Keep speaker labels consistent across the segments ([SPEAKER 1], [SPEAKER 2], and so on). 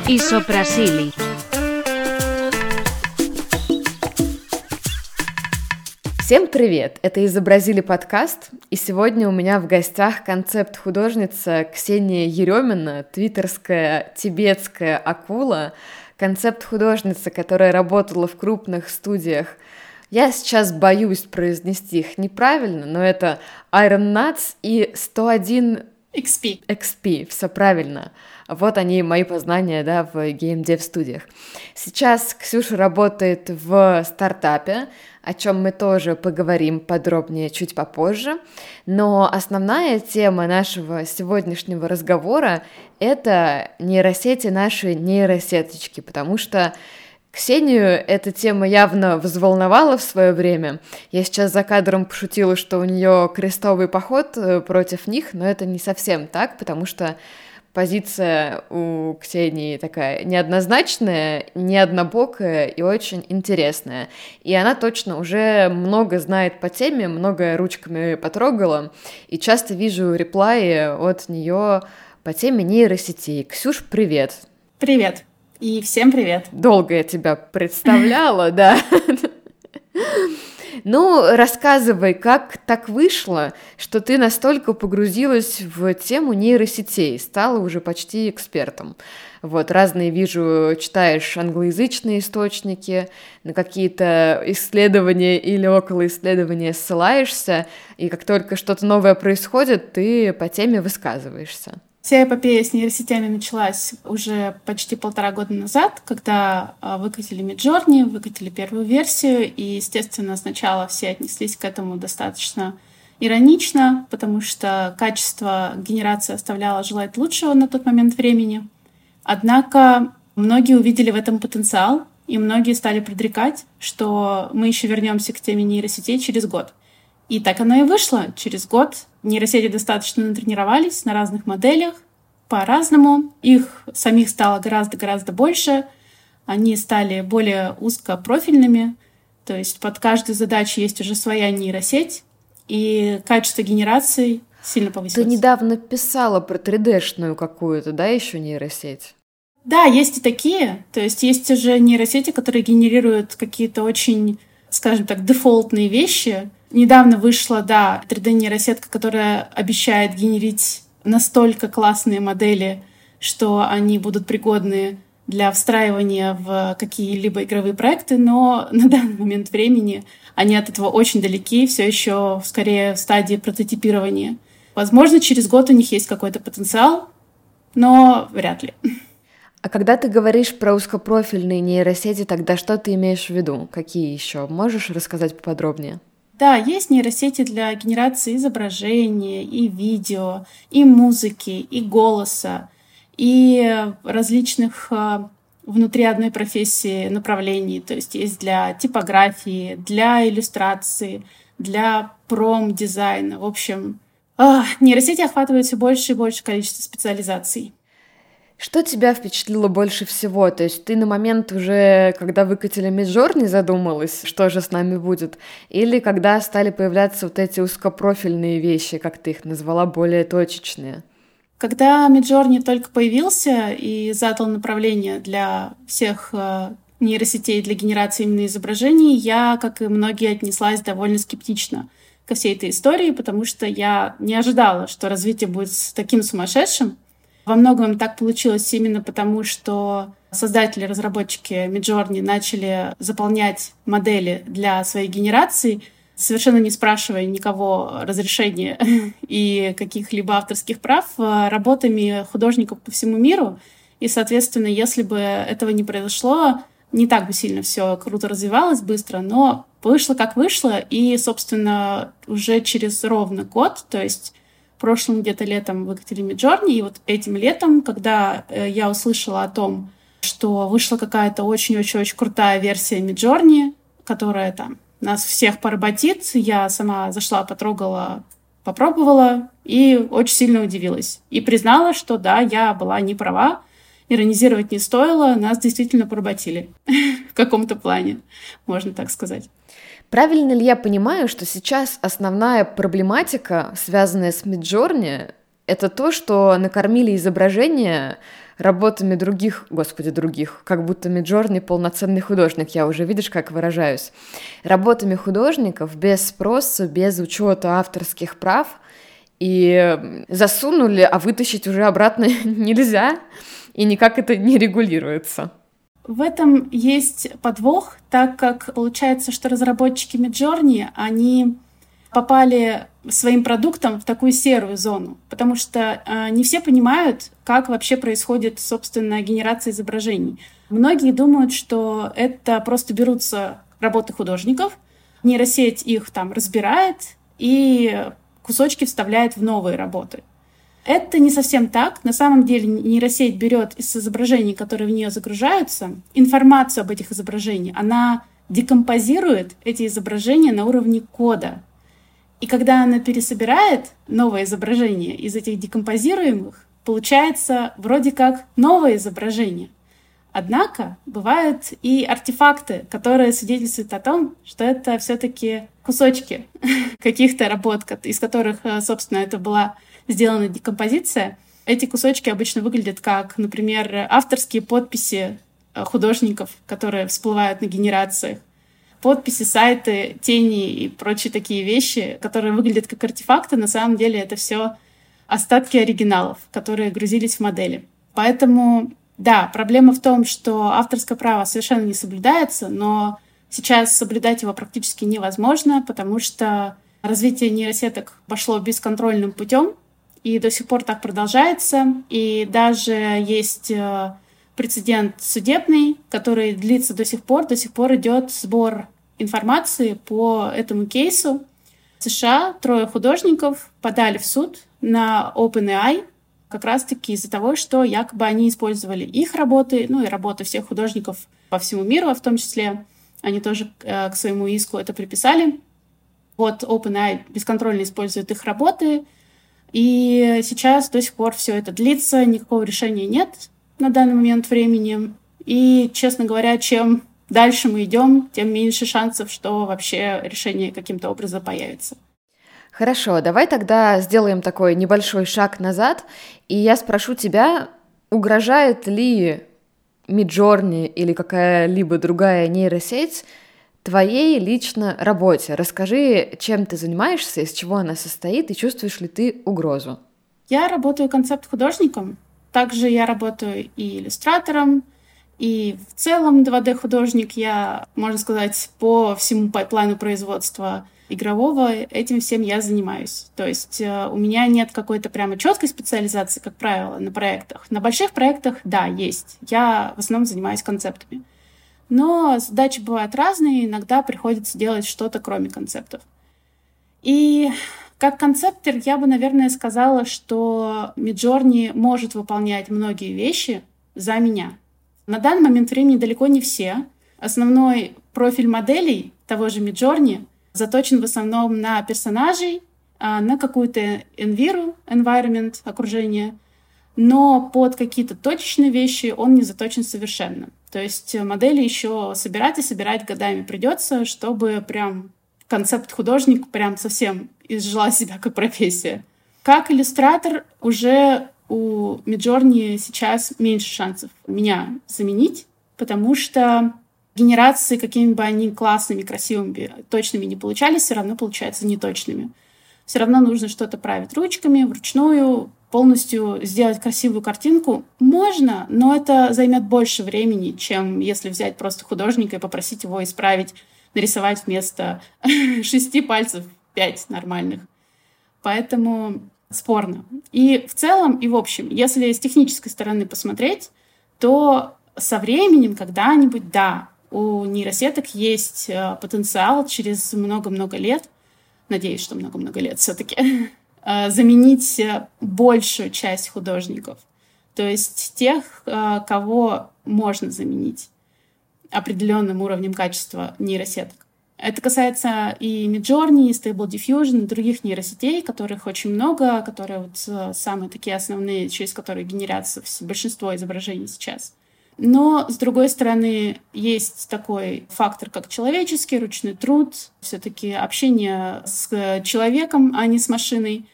[SPEAKER 1] Isoprasili.
[SPEAKER 2] Всем привет! Это «Изобразили» подкаст, и сегодня у меня в гостях концепт-художница Ксения Еремина, твиттерская тибетская акула, концепт-художница, которая работала в крупных студиях. Я сейчас боюсь произнести их неправильно, но это Iron Nuts и 101 XP, все правильно. Вот они, мои познания, в геймдев-студиях. Сейчас Ксюша работает в стартапе, о чем мы тоже поговорим подробнее чуть попозже. Но основная тема нашего сегодняшнего разговора — это нейросети, наши нейросеточки, потому что Ксению эта тема явно взволновала в свое время. Я сейчас за кадром пошутила, что у нее крестовый поход против них, но это не совсем так, потому что позиция у Ксении такая неоднозначная, неоднобокая и очень интересная. И она точно уже много знает по теме, многое ручками потрогала, и часто вижу реплаи от нее по теме нейросетей. Ксюш, привет!
[SPEAKER 3] Привет! И всем привет!
[SPEAKER 2] Долго я тебя представляла, да. Ну, рассказывай, как так вышло, что ты настолько погрузилась в тему нейросетей, стала уже почти экспертом. Вот, разные, вижу, читаешь англоязычные источники, на какие-то исследования или около исследования ссылаешься, и как только что-то новое происходит, ты по теме высказываешься.
[SPEAKER 3] Вся эпопея с нейросетями началась уже почти 1,5 года назад, когда выкатили Midjourney, выкатили первую версию, и, естественно, сначала все отнеслись к этому достаточно иронично, потому что качество генерации оставляло желать лучшего на тот момент времени. Однако многие увидели в этом потенциал, и многие стали предрекать, что мы еще вернемся к теме нейросетей через год. И так оно и вышло. Через год нейросети достаточно натренировались на разных моделях, по-разному. Их самих стало гораздо-гораздо больше. Они стали более узкопрофильными. То есть под каждую задачу есть уже своя нейросеть. И качество генерации сильно повысилось.
[SPEAKER 2] Ты недавно писала про 3D-шную какую-то, еще нейросеть?
[SPEAKER 3] Да, есть и такие. То есть есть уже нейросети, которые генерируют какие-то очень, скажем так, дефолтные вещи. Недавно вышла, 3D-нейросетка, которая обещает генерить настолько классные модели, что они будут пригодны для встраивания в какие-либо игровые проекты, но на данный момент времени они от этого очень далеки, все еще скорее в стадии прототипирования. Возможно, через год у них есть какой-то потенциал, но вряд ли.
[SPEAKER 2] А когда ты говоришь про узкопрофильные нейросети, тогда что ты имеешь в виду? Какие еще? Можешь рассказать поподробнее?
[SPEAKER 3] Да, есть нейросети для генерации изображения, и видео, и музыки, и голоса, и различных внутри одной профессии направлений. То есть есть для типографии, для иллюстрации, для промдизайна. В общем, нейросети охватывают все больше и больше количество специализаций.
[SPEAKER 2] Что тебя впечатлило больше всего? То есть ты на момент уже, когда выкатили Midjourney, задумалась, что же с нами будет? Или когда стали появляться вот эти узкопрофильные вещи, как ты их назвала, более точечные?
[SPEAKER 3] Когда Midjourney только появился и задал направление для всех нейросетей для генерации именно изображений, я, как и многие, отнеслась довольно скептично ко всей этой истории, потому что я не ожидала, что развитие будет таким сумасшедшим. Во многом так получилось именно потому, что создатели, разработчики Midjourney начали заполнять модели для своей генерации, совершенно не спрашивая никого разрешения и каких-либо авторских прав, работами художников по всему миру. И, соответственно, если бы этого не произошло, не так бы сильно все круто развивалось быстро, но вышло как вышло. И, собственно, уже через ровно год, то есть прошлым где-то летом выкатили Midjourney, и вот этим летом, когда я услышала о том, что вышла какая-то очень-очень-очень крутая версия Midjourney, которая там нас всех поработит, я сама зашла, потрогала, попробовала и очень сильно удивилась. И признала, что да, я была не права, иронизировать не стоило, нас действительно поработили в каком-то плане, можно так сказать.
[SPEAKER 2] Правильно ли я понимаю, что сейчас основная проблематика, связанная с Midjourney, это то, что накормили изображение работами других, как будто Миджорни полноценный художник, я уже, видишь, как выражаюсь, работами художников без спроса, без учета авторских прав, и засунули, а вытащить уже обратно нельзя, и никак это не регулируется.
[SPEAKER 3] В этом есть подвох, так как получается, что разработчики Midjourney, они попали своим продуктом в такую серую зону, потому что не все понимают, как вообще происходит, собственно, генерация изображений. Многие думают, что это просто берутся работы художников, нейросеть их там разбирает и кусочки вставляет в новые работы. Это не совсем так. На самом деле нейросеть берет из изображений, которые в нее загружаются, информацию об этих изображениях. Она декомпозирует эти изображения на уровне кода. И когда она пересобирает новое изображение из этих декомпозируемых, получается вроде как новое изображение. Однако бывают и артефакты, которые свидетельствуют о том, что это все-таки кусочки каких-то работ, из которых, собственно, это была сделана декомпозиция. Эти кусочки обычно выглядят как, например, авторские подписи художников, которые всплывают на генерациях, подписи, сайты, тени и прочие такие вещи, которые выглядят как артефакты. На самом деле это все остатки оригиналов, которые грузились в модели. Поэтому, да, проблема в том, что авторское право совершенно не соблюдается, но сейчас соблюдать его практически невозможно, потому что развитие нейросеток пошло бесконтрольным путем, и до сих пор так продолжается. И даже есть прецедент судебный, который длится до сих пор. До сих пор идет сбор информации по этому кейсу. В США 3 художников подали в суд на OpenAI как раз-таки из-за того, что якобы они использовали их работы, ну и работы всех художников по всему миру, в том числе. Они тоже к своему иску это приписали. Вот OpenAI бесконтрольно использует их работы, и сейчас до сих пор все это длится, никакого решения нет на данный момент времени. И, честно говоря, чем дальше мы идем, тем меньше шансов, что вообще решение каким-то образом появится.
[SPEAKER 2] Хорошо, давай тогда сделаем такой небольшой шаг назад, и я спрошу тебя, угрожает ли Midjourney или какая-либо другая нейросеть твоей лично работе? Расскажи, чем ты занимаешься, из чего она состоит, и чувствуешь ли ты угрозу?
[SPEAKER 3] Я работаю концепт-художником. Также я работаю и иллюстратором, и в целом 2D-художник. Я, можно сказать, по всему пайплайну производства игрового этим всем я занимаюсь. То есть у меня нет какой-то прямо четкой специализации, как правило, на проектах. На больших проектах, да, есть. Я в основном занимаюсь концептами. Но задачи бывают разные, иногда приходится делать что-то, кроме концептов. И как концептер я бы, наверное, сказала, что Midjourney может выполнять многие вещи за меня. На данный момент времени далеко не все. Основной профиль моделей того же Midjourney заточен в основном на персонажей, на какую-то environment, окружение, но под какие-то точечные вещи он не заточен совершенно. То есть модели еще собирать и собирать годами придется, чтобы прям концепт-художник прям совсем изжила себя как профессия. Как иллюстратор уже у Midjourney сейчас меньше шансов меня заменить, потому что генерации, какими бы они классными, красивыми, точными не получались, все равно получаются неточными. Все равно нужно что-то править ручками, вручную, полностью сделать красивую картинку. Можно, но это займет больше времени, чем если взять просто художника и попросить его исправить, нарисовать вместо 6 пальцев 5 нормальных. Поэтому спорно. И в целом, и в общем, если с технической стороны посмотреть, то со временем когда-нибудь, да, у нейросеток есть потенциал через много-много лет, надеюсь, что много-много лет все-таки, заменить большую часть художников. То есть тех, кого можно заменить определенным уровнем качества нейросеток. Это касается и Midjourney, и Stable Diffusion, и других нейросетей, которых очень много, которые вот самые такие основные, через которые генерятся большинство изображений сейчас. Но, с другой стороны, есть такой фактор, как человеческий, ручной труд, все-таки общение с человеком, а не с машиной,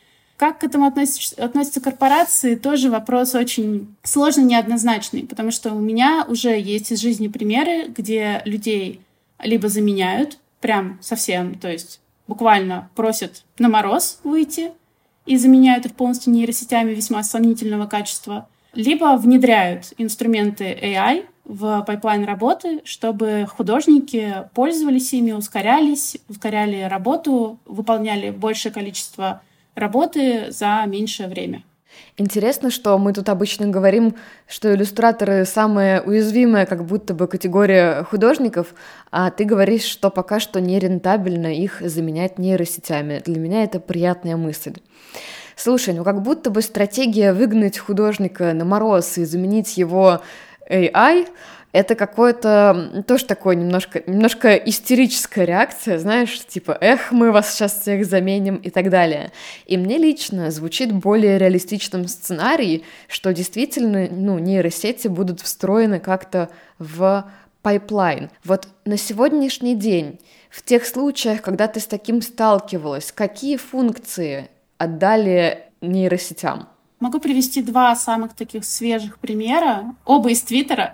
[SPEAKER 3] Как к этому относятся корпорации, тоже вопрос очень сложный, неоднозначный, потому что у меня уже есть из жизни примеры, где людей либо заменяют, прям совсем, то есть буквально просят на мороз выйти и заменяют их полностью нейросетями весьма сомнительного качества, либо внедряют инструменты AI в пайплайн работы, чтобы художники пользовались ими, ускоряли работу, выполняли большее количество работы за меньшее время.
[SPEAKER 2] Интересно, что мы тут обычно говорим, что иллюстраторы самая уязвимая как будто бы категория художников, а ты говоришь, что пока что нерентабельно их заменять нейросетями. Для меня это приятная мысль. Слушай, как будто бы стратегия выгнать художника на мороз и заменить его AI — это какое-то тоже такое немножко истерическая реакция, знаешь, типа мы вас сейчас всех заменим и так далее. И мне лично звучит более реалистичным сценарий, что действительно нейросети будут встроены как-то в пайплайн. Вот на сегодняшний день, в тех случаях, когда ты с таким сталкивалась, какие функции отдали нейросетям?
[SPEAKER 3] Могу привести два самых таких свежих примера, оба из Твиттера.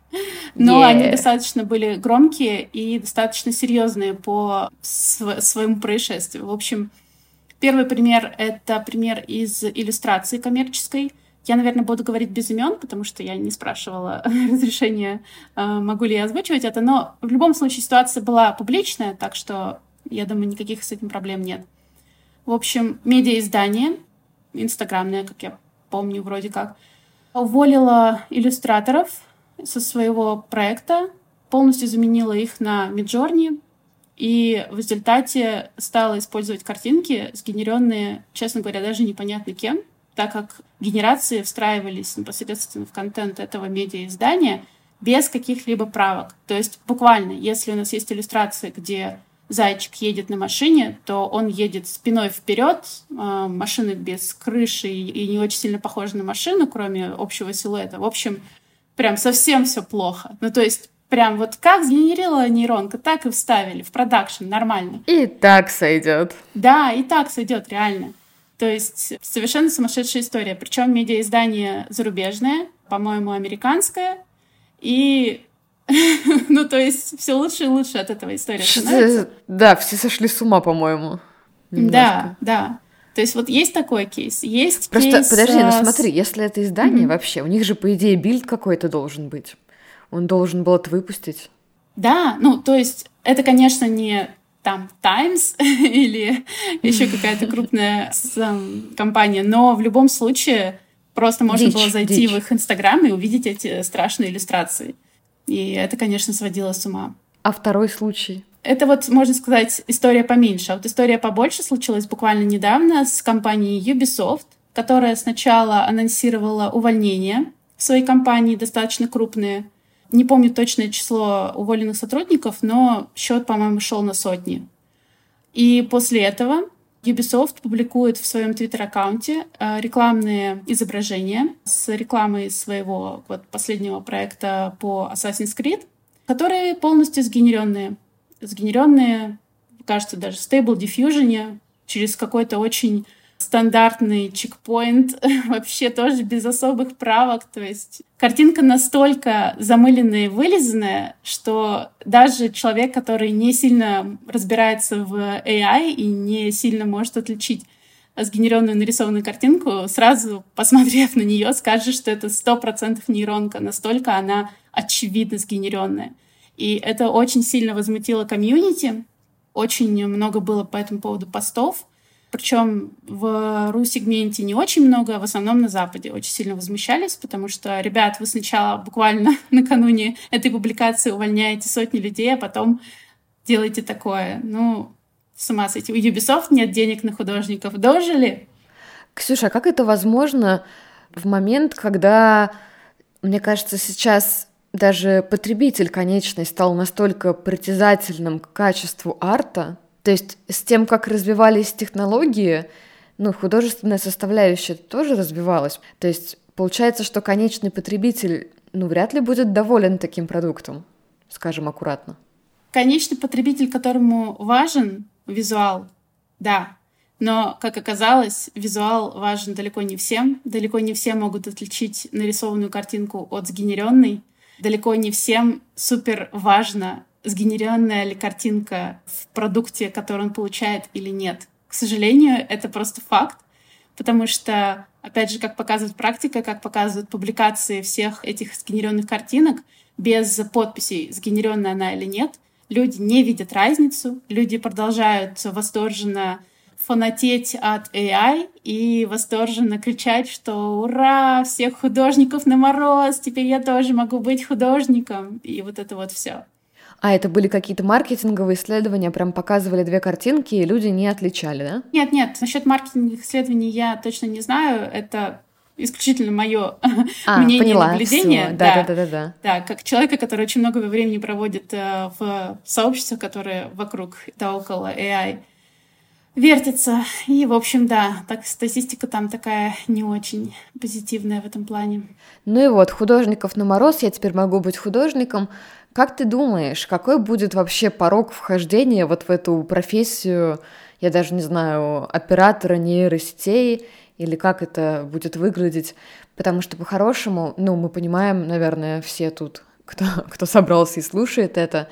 [SPEAKER 3] Но они достаточно были громкие и достаточно серьезные по своему происшествию. В общем, первый пример — это пример из иллюстрации коммерческой. Я, наверное, буду говорить без имен, потому что я не спрашивала разрешения, могу ли я озвучивать это. Но в любом случае ситуация была публичная, так что, я думаю, никаких с этим проблем нет. В общем, медиаиздание, инстаграмное, как я помню, вроде как, уволила иллюстраторов со своего проекта, полностью заменила их на Midjourney и в результате стала использовать картинки, сгенеренные, честно говоря, даже непонятно кем, так как генерации встраивались непосредственно в контент этого медиаиздания без каких-либо правок. То есть буквально, если у нас есть иллюстрация, где зайчик едет на машине, то он едет спиной вперед, машина без крыши и не очень сильно похожа на машину, кроме общего силуэта. В общем, прям совсем все плохо. То есть прям вот как сгенерировала нейронка, так и вставили в продакшн нормально.
[SPEAKER 2] И так сойдет.
[SPEAKER 3] Да, и так сойдет, реально. То есть совершенно сумасшедшая история. Причем медиаиздание зарубежное, по-моему, американское. И то есть все лучше и лучше от этого история становится.
[SPEAKER 2] Да, все сошли с ума, по-моему.
[SPEAKER 3] Да. То есть вот есть такой кейс. Есть
[SPEAKER 2] просто,
[SPEAKER 3] кейс...
[SPEAKER 2] подожди, смотри, если это издание вообще, у них же, по идее, билд какой-то должен быть. Он должен был это выпустить.
[SPEAKER 3] Да, то есть это, конечно, не там Times или еще какая-то крупная компания, но в любом случае просто можно было зайти в их Инстаграм и увидеть эти страшные иллюстрации. И это, конечно, сводило с ума.
[SPEAKER 2] А второй случай?
[SPEAKER 3] Это вот, можно сказать, история поменьше. А вот история побольше случилась буквально недавно с компанией Ubisoft, которая сначала анонсировала увольнения в своей компании, достаточно крупные. Не помню точное число уволенных сотрудников, но счет, по-моему, шел на сотни. И после этого Ubisoft публикует в своем Twitter-аккаунте рекламные изображения с рекламой своего последнего проекта по Assassin's Creed, которые полностью сгенеренные, кажется, даже в Stable Diffusion, через какой-то очень стандартный чекпоинт, вообще тоже без особых правок. То есть картинка настолько замыленная и вылизанная, что даже человек, который не сильно разбирается в AI и не сильно может отличить сгенеренную нарисованную картинку, сразу, посмотрев на нее, скажет, что это 100% нейронка, настолько она очевидно сгенеренная. И это очень сильно возмутило комьюнити. Очень много было по этому поводу постов. Причем в ру-сегменте не очень много, а в основном на Западе очень сильно возмущались, потому что, ребят, вы сначала буквально накануне этой публикации увольняете сотни людей, а потом делаете такое. С ума сойти. У Ubisoft нет денег на художников. Дожили?
[SPEAKER 2] Ксюша, а как это возможно в момент, когда, мне кажется, сейчас даже потребитель конечный стал настолько притязательным к качеству арта? То есть с тем, как развивались технологии, художественная составляющая тоже развивалась. То есть получается, что конечный потребитель, вряд ли будет доволен таким продуктом, скажем аккуратно.
[SPEAKER 3] Конечный потребитель, которому важен визуал, да. Но, как оказалось, визуал важен далеко не всем. Далеко не все могут отличить нарисованную картинку от сгенеренной. Далеко не всем супер важно, сгенеренная ли картинка в продукте, который он получает, или нет. К сожалению, это просто факт, потому что, опять же, как показывает практика, как показывают публикации всех этих сгенеренных картинок, без подписей, сгенеренная она или нет, люди не видят разницу, люди продолжают восторженно фанатеть от AI и восторженно кричать, что «Ура! Всех художников на мороз! Теперь я тоже могу быть художником!» И вот это вот все.
[SPEAKER 2] А это были какие-то маркетинговые исследования, прям показывали две картинки, и люди не отличали, да?
[SPEAKER 3] Нет. Насчет маркетинговых исследований я точно не знаю. Это исключительно мое мнение,
[SPEAKER 2] поняла,
[SPEAKER 3] наблюдение.
[SPEAKER 2] Всё. Да.
[SPEAKER 3] Да, как человека, который очень много времени проводит в сообществах, которые вокруг, да, около AI вертится. И, в общем, да, так статистика там такая не очень позитивная в этом плане.
[SPEAKER 2] Ну и вот, художников на мороз, я теперь могу быть художником. Как ты думаешь, какой будет вообще порог вхождения вот в эту профессию, я даже не знаю, оператора нейросетей, или как это будет выглядеть? Потому что по-хорошему, мы понимаем, наверное, все тут, кто собрался и слушает это,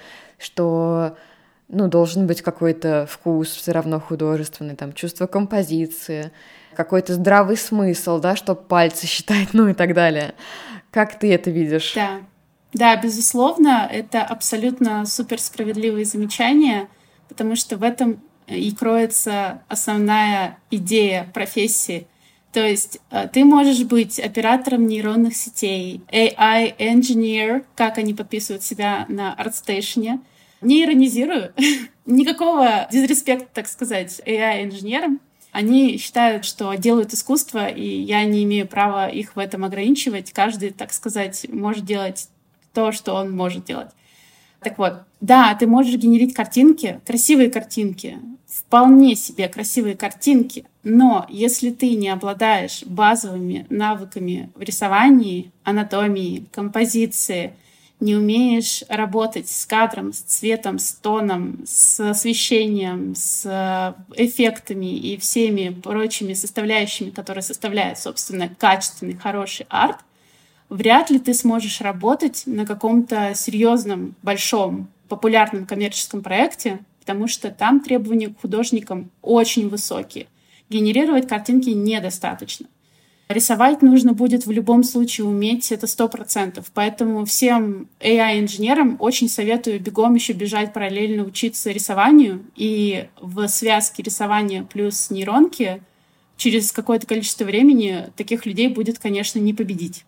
[SPEAKER 2] что должен быть какой-то вкус все равно художественный, там, чувство композиции, какой-то здравый смысл, да, чтобы пальцы считать, и так далее. Как ты это видишь?
[SPEAKER 3] Да, безусловно, это абсолютно суперсправедливые замечания, потому что в этом и кроется основная идея профессии. То есть ты можешь быть оператором нейронных сетей, AI-engineer, как они подписывают себя на ArtStation. Не иронизирую, никакого дизреспекта, так сказать, AI-инженерам. Они считают, что делают искусство, и я не имею права их в этом ограничивать. Каждый, так сказать, может делать то, что он может делать. Так вот, да, ты можешь генерить картинки, красивые картинки, вполне себе красивые картинки, но если ты не обладаешь базовыми навыками в рисовании, анатомии, композиции, не умеешь работать с кадром, с цветом, с тоном, с освещением, с эффектами и всеми прочими составляющими, которые составляют, собственно, качественный, хороший арт, вряд ли ты сможешь работать на каком-то серьезном, большом, популярном коммерческом проекте, потому что там требования к художникам очень высокие. Генерировать картинки недостаточно. Рисовать нужно будет в любом случае уметь, это 100%. Поэтому всем AI-инженерам очень советую бегом еще бежать параллельно учиться рисованию. И в связке рисования плюс нейронки через какое-то количество времени таких людей будет, конечно, не победить.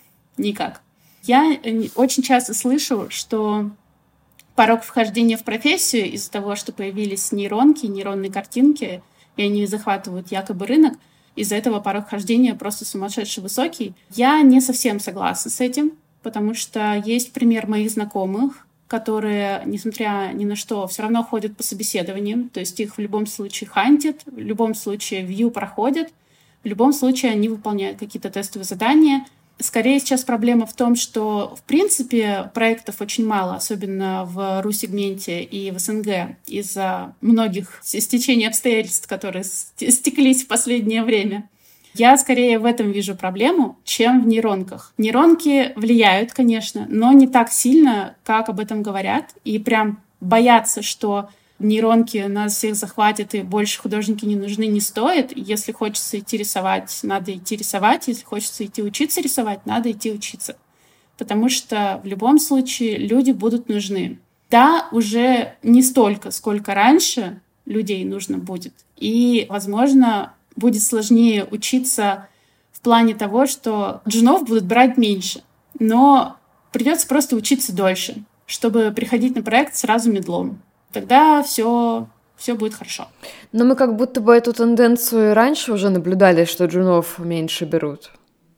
[SPEAKER 3] Никак. Я очень часто слышу, что порог вхождения в профессию из-за того, что появились нейронки, нейронные картинки, и они захватывают якобы рынок, из-за этого порог вхождения просто сумасшедший высокий. Я не совсем согласна с этим, потому что есть пример моих знакомых, которые, несмотря ни на что, все равно ходят по собеседованиям, то есть их в любом случае хантят, в любом случае вью проходят, в любом случае они выполняют какие-то тестовые задания. Скорее сейчас проблема в том, что, в принципе, проектов очень мало, особенно в РУ-сегменте и в СНГ, из-за многих стечений обстоятельств, которые стеклись в последнее время. Я скорее в этом вижу проблему, чем в нейронках. Нейронки влияют, конечно, но не так сильно, как об этом говорят, и прям бояться, что нейронки нас всех захватят, и больше художники не нужны, не стоит. Если хочется идти рисовать, надо идти рисовать. Если хочется идти учиться рисовать, надо идти учиться. Потому что в любом случае люди будут нужны. Да, уже не столько, сколько раньше людей нужно будет. И, возможно, будет сложнее учиться в плане того, что джунов будут брать меньше. Но придется просто учиться дольше, чтобы приходить на проект сразу медлом. Тогда все будет хорошо.
[SPEAKER 2] Но мы как будто бы эту тенденцию раньше уже наблюдали, что джунов меньше берут.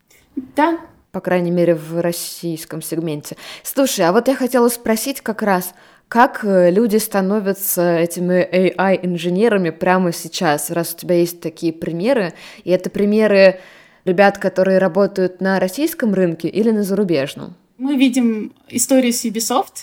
[SPEAKER 3] Да.
[SPEAKER 2] По крайней мере, в российском сегменте. Слушай, а вот я хотела спросить как раз, как люди становятся этими AI-инженерами прямо сейчас, раз у тебя есть такие примеры, и это примеры ребят, которые работают на российском рынке или на зарубежном?
[SPEAKER 3] Мы видим историю с Ubisoft,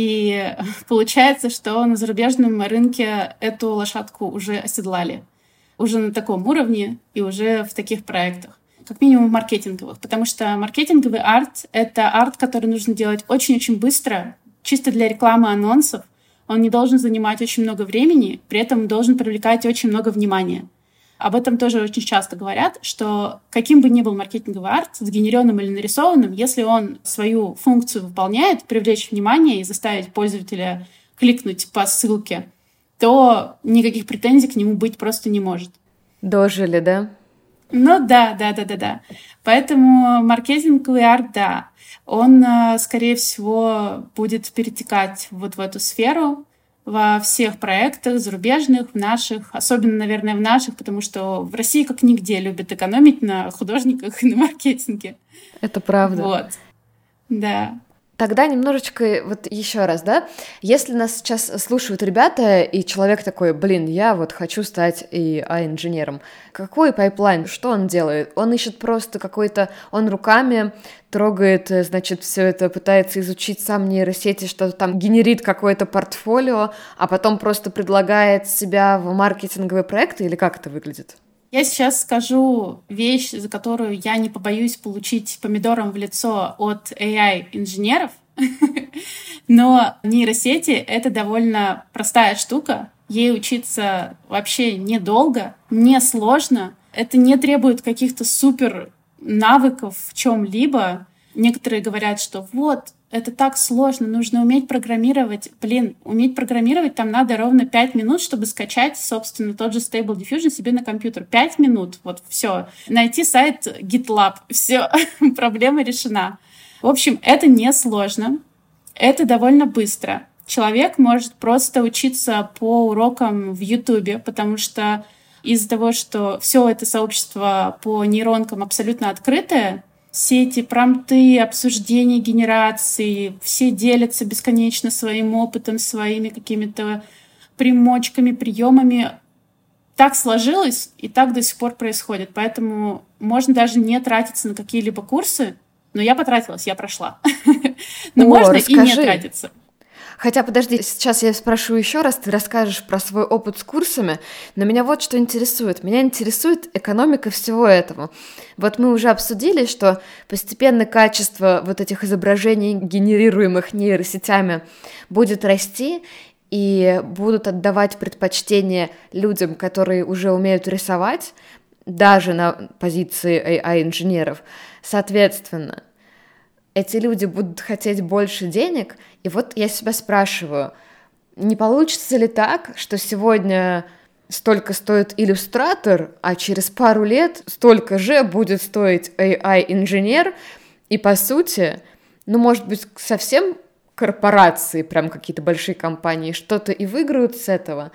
[SPEAKER 3] и получается, что на зарубежном рынке эту лошадку уже оседлали. уже на таком уровне и уже в таких проектах. Как минимум маркетинговых, потому что маркетинговый арт — это арт, который нужно делать очень-очень быстро, чисто для рекламы анонсов. Он не должен занимать очень много времени, при этом должен привлекать очень много внимания. Об этом тоже очень часто говорят, что каким бы ни был маркетинговый арт, сгенеренным или нарисованным, если он свою функцию выполняет, привлечь внимание и заставить пользователя кликнуть по ссылке, то никаких претензий к нему быть просто не может.
[SPEAKER 2] Дожили, да?
[SPEAKER 3] Ну да. Поэтому маркетинговый арт, да, он, скорее всего, будет перетекать вот в эту сферу во всех проектах зарубежных, в наших, особенно, наверное, в наших, потому что в России как нигде любят экономить на художниках и на маркетинге.
[SPEAKER 2] Это правда.
[SPEAKER 3] Вот, да.
[SPEAKER 2] Тогда немножечко, вот еще раз, да, если нас сейчас слушают ребята, и человек такой, я вот хочу стать AI-инженером, какой пайплайн, что он делает? Он ищет просто какой-то, он руками трогает, значит, все это, пытается изучить сам нейросети, что-то там генерит какое-то портфолио, а потом просто предлагает себя в маркетинговые проекты, или как это выглядит?
[SPEAKER 3] Я сейчас скажу вещь, за которую я не побоюсь получить помидором в лицо от AI-инженеров, но нейросети — это довольно простая штука. Ей учиться вообще недолго, не сложно. Это не требует каких-то супер навыков в чем-либо. Некоторые говорят, что вот, это так сложно, нужно уметь программировать. Уметь программировать там надо ровно 5 минут, чтобы скачать, собственно, тот же Stable Diffusion себе на компьютер. 5 минут, вот все. Найти сайт GitLab, все, проблема решена. В общем, это не сложно, это довольно быстро. Человек может просто учиться по урокам в YouTube, потому что из-за того, что все это сообщество по нейронкам абсолютно открытое, все эти промпты, обсуждения генерации, все делятся бесконечно своим опытом, своими какими-то примочками, приемами. Так сложилось, и так до сих пор происходит. Поэтому можно даже не тратиться на какие-либо курсы. Но я потратилась, я прошла. Но можно и не тратиться.
[SPEAKER 2] Хотя, подожди, сейчас я спрошу еще раз, ты расскажешь про свой опыт с курсами, но меня вот что интересует. Меня интересует экономика всего этого. Вот мы уже обсудили, что постепенно качество вот этих изображений, генерируемых нейросетями, будет расти, и будут отдавать предпочтение людям, которые уже умеют рисовать, даже на позиции AI-инженеров. Соответственно, эти люди будут хотеть больше денег, и вот я себя спрашиваю, не получится ли так, что сегодня столько стоит иллюстратор, а через пару лет столько же будет стоить AI-инженер, и по сути, может быть, совсем корпорации, прям какие-то большие компании, что-то и выиграют с этого,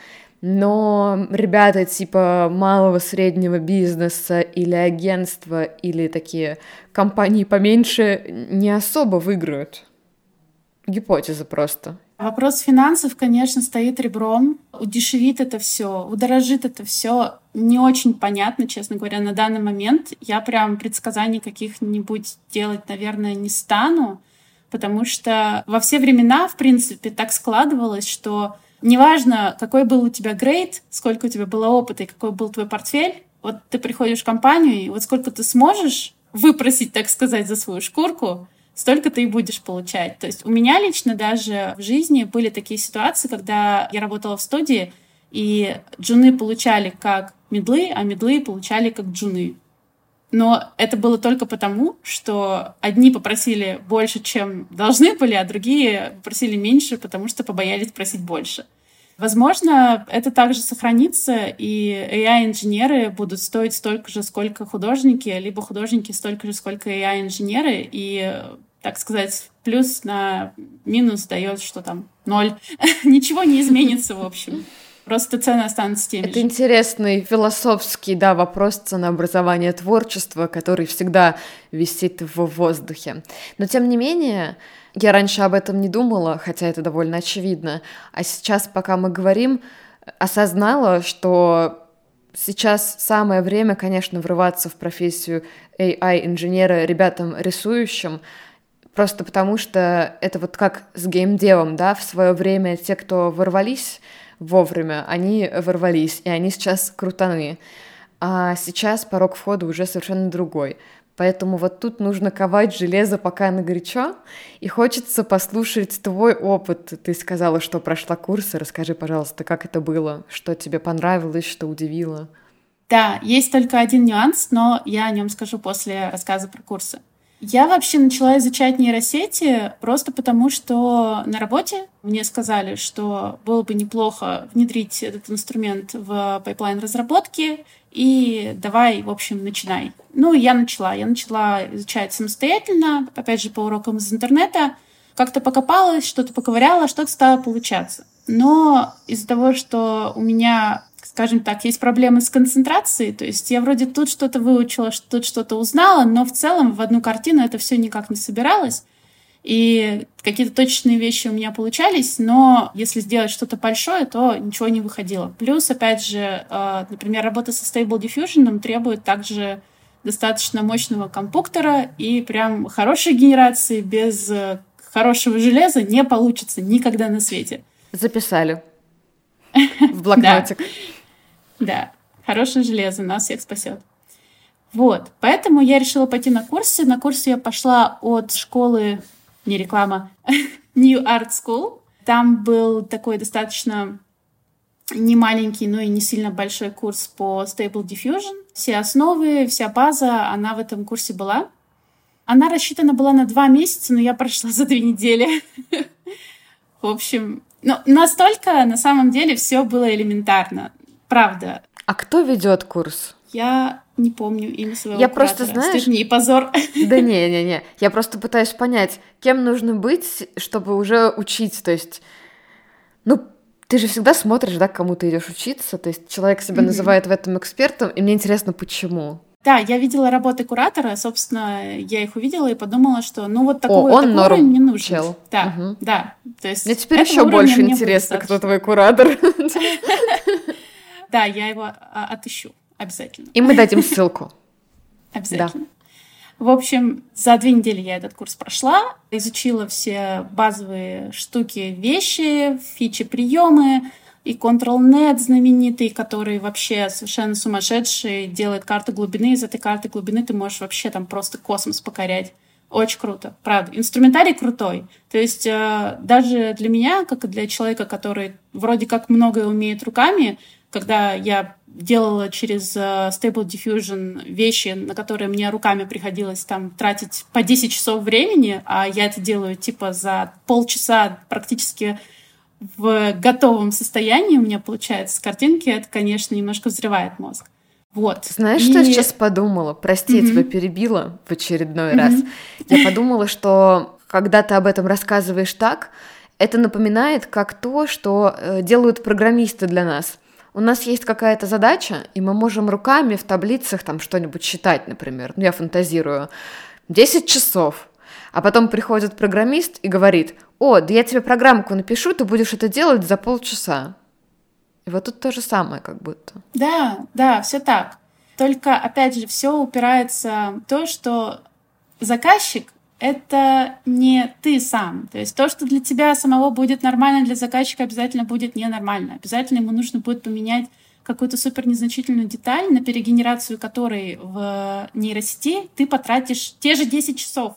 [SPEAKER 2] но ребята типа малого среднего бизнеса или агентства, или такие компании поменьше не особо выиграют. Гипотеза просто.
[SPEAKER 3] Вопрос финансов, конечно, стоит ребром. Удешевит это все, удорожит это все. Не очень понятно, честно говоря, на данный момент. Я прям предсказаний каких-нибудь делать, наверное, не стану, потому что во все времена, в принципе, так складывалось, что неважно, какой был у тебя грейд, сколько у тебя было опыта и какой был твой портфель, вот ты приходишь в компанию, и вот сколько ты сможешь выпросить, так сказать, за свою шкурку, столько ты и будешь получать. То есть у меня лично даже в жизни были такие ситуации, когда я работала в студии, и джуны получали как мидлы, а мидлы получали как джуны. Но это было только потому, что одни попросили больше, чем должны были, а другие попросили меньше, потому что побоялись просить больше. Возможно, это также сохранится, и AI-инженеры будут стоить столько же, сколько художники, либо художники столько же, сколько AI-инженеры, и, так сказать, плюс на минус дает, что там 0. Ничего не изменится, в общем. Просто цены останутся теми же.
[SPEAKER 2] Это интересный философский, вопрос ценообразования творчества, который всегда висит в воздухе. Но, тем не менее, я раньше об этом не думала, хотя это довольно очевидно. А сейчас, пока мы говорим, осознала, что сейчас самое время, конечно, врываться в профессию AI-инженера ребятам рисующим, просто потому что это вот как с геймдевом, в свое время те, кто ворвались вовремя, они ворвались, и они сейчас крутаны. А сейчас порог входа уже совершенно другой. Поэтому вот тут нужно ковать железо, пока оно горячо, и хочется послушать твой опыт. Ты сказала, что прошла курсы. Расскажи, пожалуйста, как это было, что тебе понравилось, что удивило.
[SPEAKER 3] Да, есть только один нюанс, но я о нем скажу после рассказа про курсы. Я вообще начала изучать нейросети просто потому, что на работе мне сказали, что было бы неплохо внедрить этот инструмент в пайплайн разработки, и давай, в общем, начинай. Ну, я начала изучать самостоятельно, опять же, по урокам из интернета, как-то покопалась, что-то поковыряла, что-то стало получаться. Но из-за того, что у меня, скажем так, есть проблемы с концентрацией, то есть я вроде тут что-то выучила, тут что-то узнала, но в целом в одну картину это все никак не собиралось. И какие-то точечные вещи у меня получались, но если сделать что-то большое, то ничего не выходило. Плюс, опять же, например, работа со Stable Diffusion требует также достаточно мощного компьютера, и прям хорошей генерации без хорошего железа не получится никогда на свете.
[SPEAKER 2] Записали в блокнотик.
[SPEAKER 3] Да, хорошее железо нас всех спасет. Вот, поэтому я решила пойти на курсы. На курсы я пошла от школы, не реклама, New Art School. Там был такой достаточно не маленький, но и не сильно большой курс по Stable Diffusion. Все основы, вся база, она в этом курсе была. Она рассчитана была на 2 месяца, но я прошла за 2 недели. В общем, настолько на самом деле все было элементарно. Правда.
[SPEAKER 2] А кто ведет курс?
[SPEAKER 3] Я не помню имя своего
[SPEAKER 2] я
[SPEAKER 3] куратора.
[SPEAKER 2] Просто, знаешь...
[SPEAKER 3] Стыд мне и позор.
[SPEAKER 2] Да не. Я просто пытаюсь понять, кем нужно быть, чтобы уже учить. То есть, ты же всегда смотришь, да, к кому ты идешь учиться. То есть человек себя называет в этом экспертом, и мне интересно, почему.
[SPEAKER 3] Да, я видела работы куратора, собственно, я их увидела и подумала, что такой уровень мне нужен.
[SPEAKER 2] Чел.
[SPEAKER 3] Да. То есть
[SPEAKER 2] мне теперь еще больше интересно, кто твой куратор.
[SPEAKER 3] Да, я его отыщу обязательно.
[SPEAKER 2] И мы дадим ссылку.
[SPEAKER 3] Обязательно. Да. В общем, за 2 недели я этот курс прошла, изучила все базовые штуки, вещи, фичи, приемы, и ControlNet знаменитый, который вообще совершенно сумасшедший, делает карту глубины. Из этой карты глубины ты можешь вообще там просто космос покорять. Очень круто, правда. Инструментарий крутой. То есть даже для меня, как и для человека, который вроде как многое умеет руками, когда я делала через Stable Diffusion вещи, на которые мне руками приходилось там тратить по 10 часов времени, а я это делаю типа за полчаса практически в готовом состоянии у меня получается с картинки, это, конечно, немножко взрывает мозг. Вот.
[SPEAKER 2] Знаешь, что я сейчас подумала? Прости, я тебя перебила в очередной раз. Я подумала, что когда ты об этом рассказываешь так, это напоминает как то, что делают программисты для нас. У нас есть какая-то задача, и мы можем руками в таблицах там что-нибудь считать, например. Я фантазирую. 10 часов. А потом приходит программист и говорит: да я тебе программку напишу, ты будешь это делать за полчаса. И вот тут то же самое как будто.
[SPEAKER 3] Да, все так. Только, опять же, все упирается в то, что заказчик — это не ты сам. То есть то, что для тебя самого будет нормально, для заказчика обязательно будет ненормально. Обязательно ему нужно будет поменять какую-то супер незначительную деталь, на перегенерацию которой в нейросети ты потратишь те же 10 часов.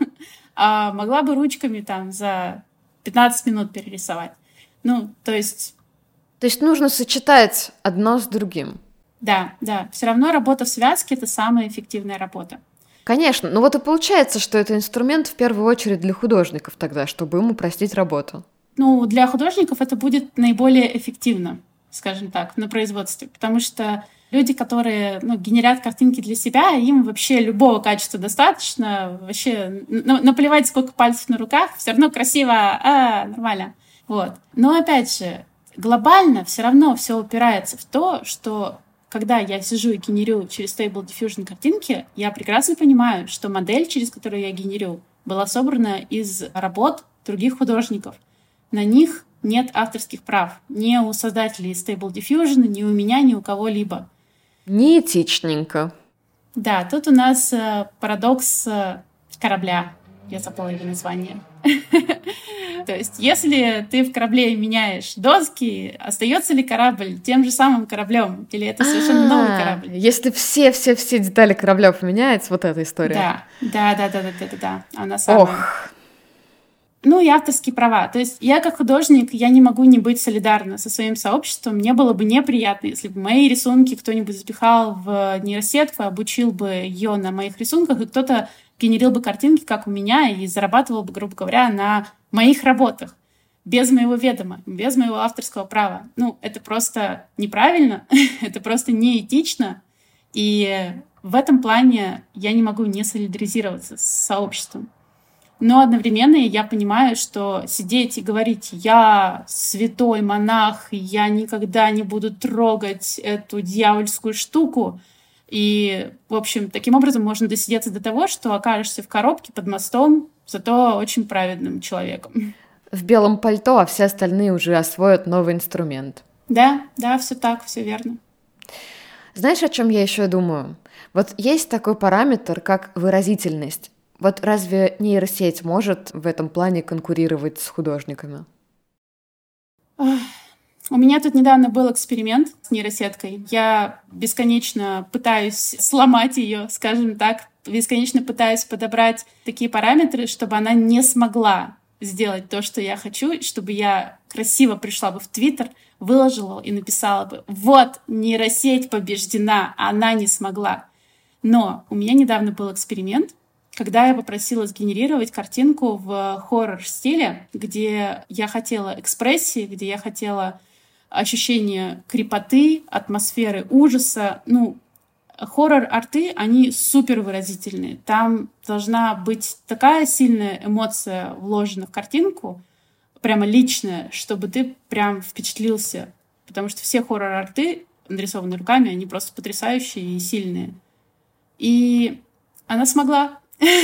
[SPEAKER 3] А могла бы ручками там за 15 минут перерисовать. То есть
[SPEAKER 2] нужно сочетать одно с другим.
[SPEAKER 3] Да. Все равно работа в связке — это самая эффективная работа.
[SPEAKER 2] Конечно. Вот и получается, что это инструмент в первую очередь для художников тогда, чтобы им упростить работу.
[SPEAKER 3] Для художников это будет наиболее эффективно, скажем так, на производстве. Потому что люди, которые генерят картинки для себя, им вообще любого качества достаточно. Вообще наплевать, сколько пальцев на руках, все равно красиво, нормально. Вот. Но опять же, глобально все равно все упирается в то, что когда я сижу и генерю через Stable Diffusion картинки, я прекрасно понимаю, что модель, через которую я генерю, была собрана из работ других художников. На них нет авторских прав. Ни у создателей Stable Diffusion, ни у меня, ни у кого-либо.
[SPEAKER 2] Неэтичненько.
[SPEAKER 3] Да, тут у нас парадокс корабля. Я забыла его название. То есть, если ты в корабле меняешь доски, остается ли корабль тем же самым кораблем? Или это совершенно новый корабль?
[SPEAKER 2] Если все детали корабля поменяются, вот эта история.
[SPEAKER 3] Да. Она самая. Ну и авторские права. То есть я как художник, я не могу не быть солидарна со своим сообществом. Мне было бы неприятно, если бы мои рисунки кто-нибудь запихал в нейросетку, обучил бы ее на моих рисунках, и кто-то генерил бы картинки, как у меня, и зарабатывал бы, грубо говоря, на моих работах. Без моего ведома, без моего авторского права. Ну, это просто неправильно, это просто неэтично. И в этом плане я не могу не солидаризироваться с сообществом. Но одновременно я понимаю, что сидеть и говорить: я святой монах, я никогда не буду трогать эту дьявольскую штуку. И, в общем, таким образом можно досидеться до того, что окажешься в коробке под мостом, зато очень праведным человеком.
[SPEAKER 2] В белом пальто, а все остальные уже освоят новый инструмент.
[SPEAKER 3] Да, все так, все верно.
[SPEAKER 2] Знаешь, о чем я еще думаю? Вот есть такой параметр, как выразительность. Вот разве нейросеть может в этом плане конкурировать с художниками?
[SPEAKER 3] У меня тут недавно был эксперимент с нейросеткой. Я бесконечно пытаюсь сломать ее, скажем так, бесконечно пытаюсь подобрать такие параметры, чтобы она не смогла сделать то, что я хочу, чтобы я красиво пришла бы в Твиттер, выложила и написала бы: вот, нейросеть побеждена, она не смогла. Но у меня недавно был эксперимент, когда я попросила сгенерировать картинку в хоррор-стиле, где я хотела экспрессии, где я хотела ощущение крепоты, атмосферы ужаса. Ну, хоррор-арты, они супер выразительные. Там должна быть такая сильная эмоция вложена в картинку, прямо личная, чтобы ты прям впечатлился. Потому что все хоррор-арты, нарисованные руками, они просто потрясающие и сильные. И она смогла.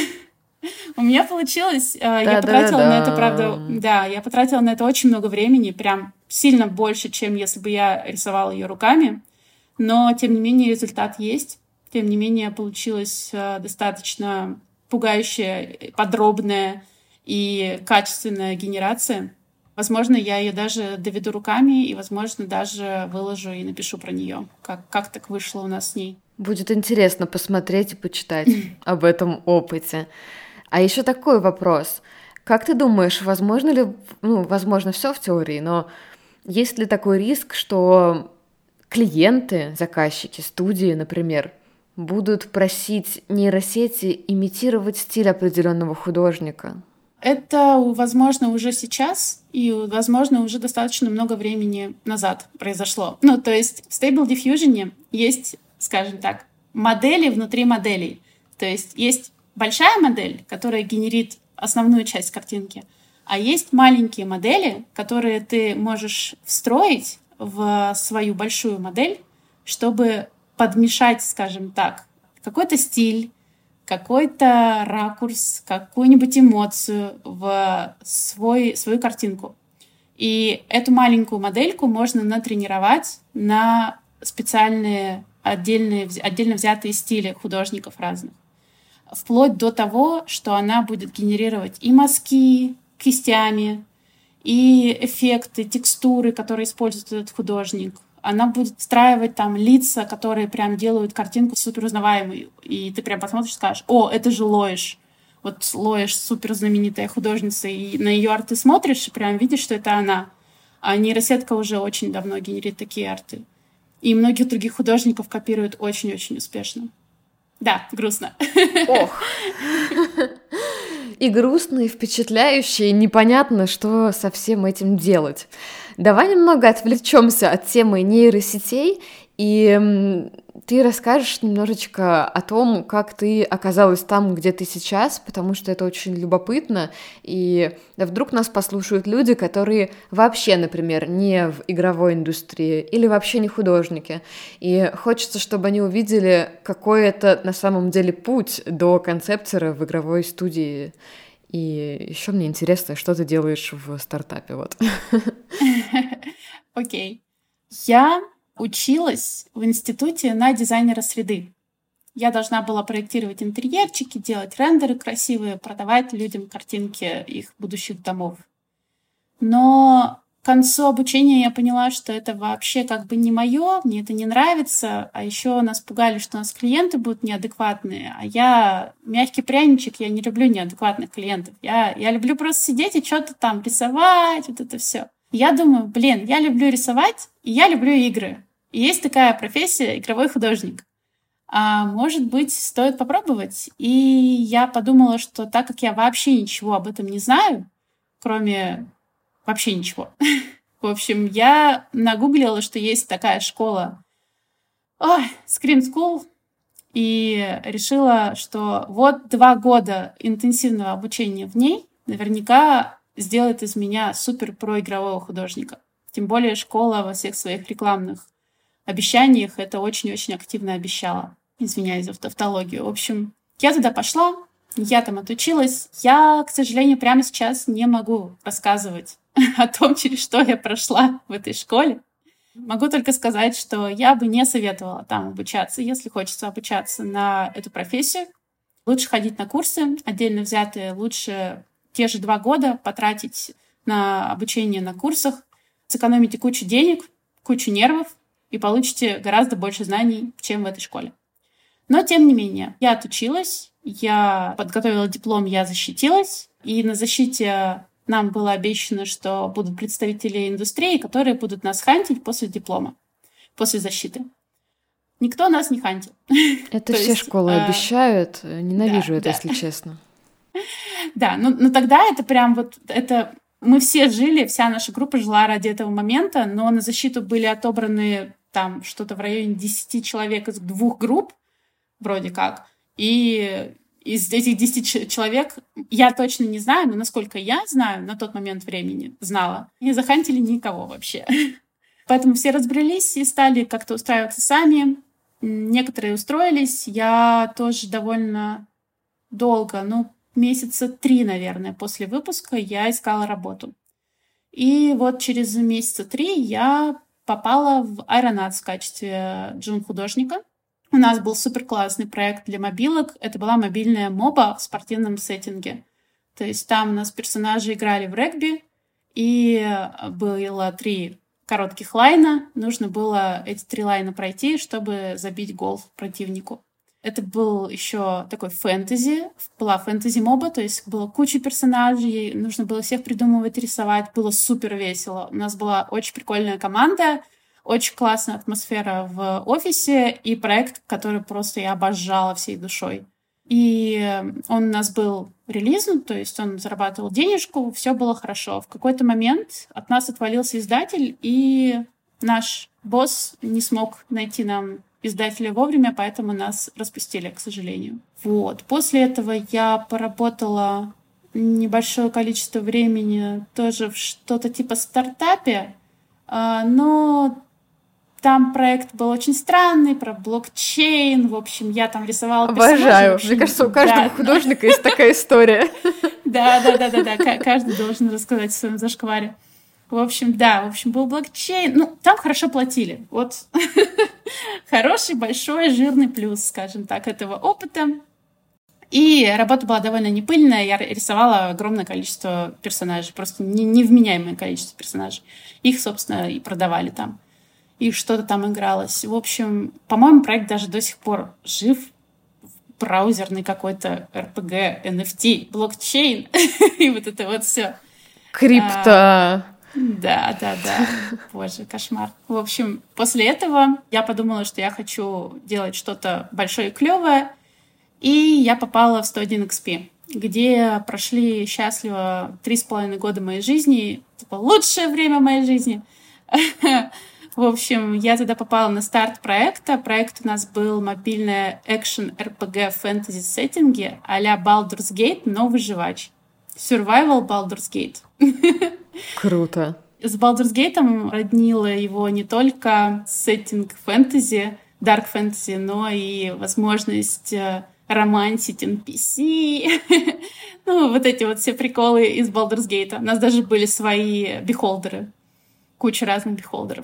[SPEAKER 3] У меня получилось. Я потратила на это, правда, я потратила на это очень много времени, прям сильно больше, чем если бы я рисовала ее руками. Но, тем не менее, результат есть. Тем не менее, получилась достаточно пугающая, подробная и качественная генерация. Возможно, я ее даже доведу руками, и, возможно, даже выложу и напишу про нее. Как так вышло у нас с ней.
[SPEAKER 2] Будет интересно посмотреть и почитать об этом опыте. А еще такой вопрос. Как ты думаешь, возможно ли, возможно, все в теории, но есть ли такой риск, что клиенты, заказчики, студии, например, будут просить нейросети имитировать стиль определенного художника?
[SPEAKER 3] Это, возможно, уже сейчас и, возможно, уже достаточно много времени назад произошло. Ну, то есть в Stable Diffusion есть, скажем так, модели внутри моделей. То есть есть большая модель, которая генерит основную часть картинки, а есть маленькие модели, которые ты можешь встроить в свою большую модель, чтобы подмешать, скажем так, какой-то стиль, какой-то ракурс, какую-нибудь эмоцию в свою картинку. И эту маленькую модельку можно натренировать на специальные отдельно взятые стили художников разных. Вплоть до того, что она будет генерировать и мазки кистями, и эффекты, текстуры, которые использует этот художник. Она будет встраивать там лица, которые прям делают картинку супер узнаваемой. И ты прям посмотришь и скажешь: о, это же Лоиш. Вот Лоиш супер знаменитая художница, и на ее арты смотришь, и прям видишь, что это она. А нейросетка уже очень давно генерит такие арты. И многих других художников копируют очень-очень успешно. Да, грустно.
[SPEAKER 2] Ох. И грустно, и впечатляюще, и непонятно, что со всем этим делать. Давай немного отвлечемся от темы нейросетей, и ты расскажешь немножечко о том, как ты оказалась там, где ты сейчас, потому что это очень любопытно, и вдруг нас послушают люди, которые вообще, например, не в игровой индустрии или вообще не художники, и хочется, чтобы они увидели, какой это на самом деле путь до концептора в игровой студии. И еще мне интересно, что ты делаешь в стартапе, вот.
[SPEAKER 3] Окей. Я училась в институте на дизайнера среды. Я должна была проектировать интерьерчики, делать рендеры красивые, продавать людям картинки их будущих домов. Но к концу обучения я поняла, что это вообще как бы не мое, мне это не нравится, а еще нас пугали, что у нас клиенты будут неадекватные, а я мягкий пряничек, я не люблю неадекватных клиентов. Я люблю просто сидеть и что-то там рисовать, вот это все. Я думаю, я люблю рисовать, и я люблю игры. И есть такая профессия — игровой художник. А может быть, стоит попробовать? И я подумала, что так как я вообще ничего об этом не знаю, кроме вообще ничего. В общем, я нагуглила, что есть такая школа Scream School, и решила, что вот 2 года интенсивного обучения в ней наверняка сделает из меня супер проигрового художника. Тем более школа во всех своих рекламных обещаниях это очень-очень активно обещала. Извиняюсь за тавтологию. В общем, я туда пошла, я там отучилась. Я, к сожалению, прямо сейчас не могу рассказывать о том, через что я прошла в этой школе. Могу только сказать, что я бы не советовала там обучаться. Если хочется обучаться на эту профессию, лучше ходить на курсы отдельно взятые, лучше те же 2 года потратить на обучение на курсах, сэкономите кучу денег, кучу нервов и получите гораздо больше знаний, чем в этой школе. Но, тем не менее, я отучилась, я подготовила диплом, я защитилась, и на защите нам было обещано, что будут представители индустрии, которые будут нас хантить после диплома, после защиты. Никто нас не хантил.
[SPEAKER 2] Это все школы обещают. Ненавижу это, если честно.
[SPEAKER 3] Да, но тогда это прям вот... это мы все жили, вся наша группа жила ради этого момента, но на защиту были отобраны там что-то в районе 10 человек из 2 групп, вроде как. И из этих 10 человек я точно не знаю, но насколько я знаю, на тот момент времени знала, не захантили никого вообще. Поэтому все разбрелись и стали как-то устраиваться сами. Некоторые устроились. Я тоже довольно долго, 3 месяца, наверное, после выпуска я искала работу. И вот через 3 месяца я попала в Aeronauts в качестве джун-художника. У нас был супер-классный проект для мобилок. Это была мобильная моба в спортивном сеттинге. То есть там у нас персонажи играли в регби, и было 3 коротких лайна. Нужно было эти 3 лайна пройти, чтобы забить гол противнику. Это был еще такой фэнтези. Была фэнтези-моба, то есть было куча персонажей, нужно было всех придумывать, рисовать. Было супер весело. У нас была очень прикольная команда, очень классная атмосфера в офисе и проект, который просто я обожала всей душой. И он у нас был релизом, то есть он зарабатывал денежку, все было хорошо. В какой-то момент от нас отвалился издатель, и наш босс не смог найти нам издателя вовремя, поэтому нас распустили, к сожалению. Вот. После этого я поработала небольшое количество времени тоже в что-то типа стартапе, но там проект был очень странный, про блокчейн. В общем, я там рисовала персонажей.
[SPEAKER 2] Обожаю. Мне кажется, у каждого художника есть такая история.
[SPEAKER 3] Да. Каждый должен рассказать о своем зашкваре. В общем, был блокчейн. Там хорошо платили. Вот хороший, большой, жирный плюс, скажем так, этого опыта. И работа была довольно непыльная. Я рисовала огромное количество персонажей. Просто невменяемое количество персонажей. Их, собственно, и продавали там. И что-то там игралось. В общем, по-моему, проект даже до сих пор жив. Браузерный какой-то RPG, NFT, блокчейн. И вот это вот все.
[SPEAKER 2] Крипто.
[SPEAKER 3] Да. Боже, кошмар. В общем, после этого я подумала, что я хочу делать что-то большое и клевое. И я попала в 101XP, где прошли счастливо 3,5 года моей жизни. Типа лучшее время моей жизни. В общем, я тогда попала на старт проекта. Проект у нас был мобильная экшен-РПГ в фэнтези-сеттинге а-ля Baldur's Gate, но выживач. Survival Baldur's Gate.
[SPEAKER 2] Круто.
[SPEAKER 3] С Baldur's Gate роднило его не только сеттинг фэнтези, дарк фэнтези, но и возможность романсить NPC. Вот эти вот все приколы из Baldur's Gate. У нас даже были свои бихолдеры. Куча разных бихолдеров.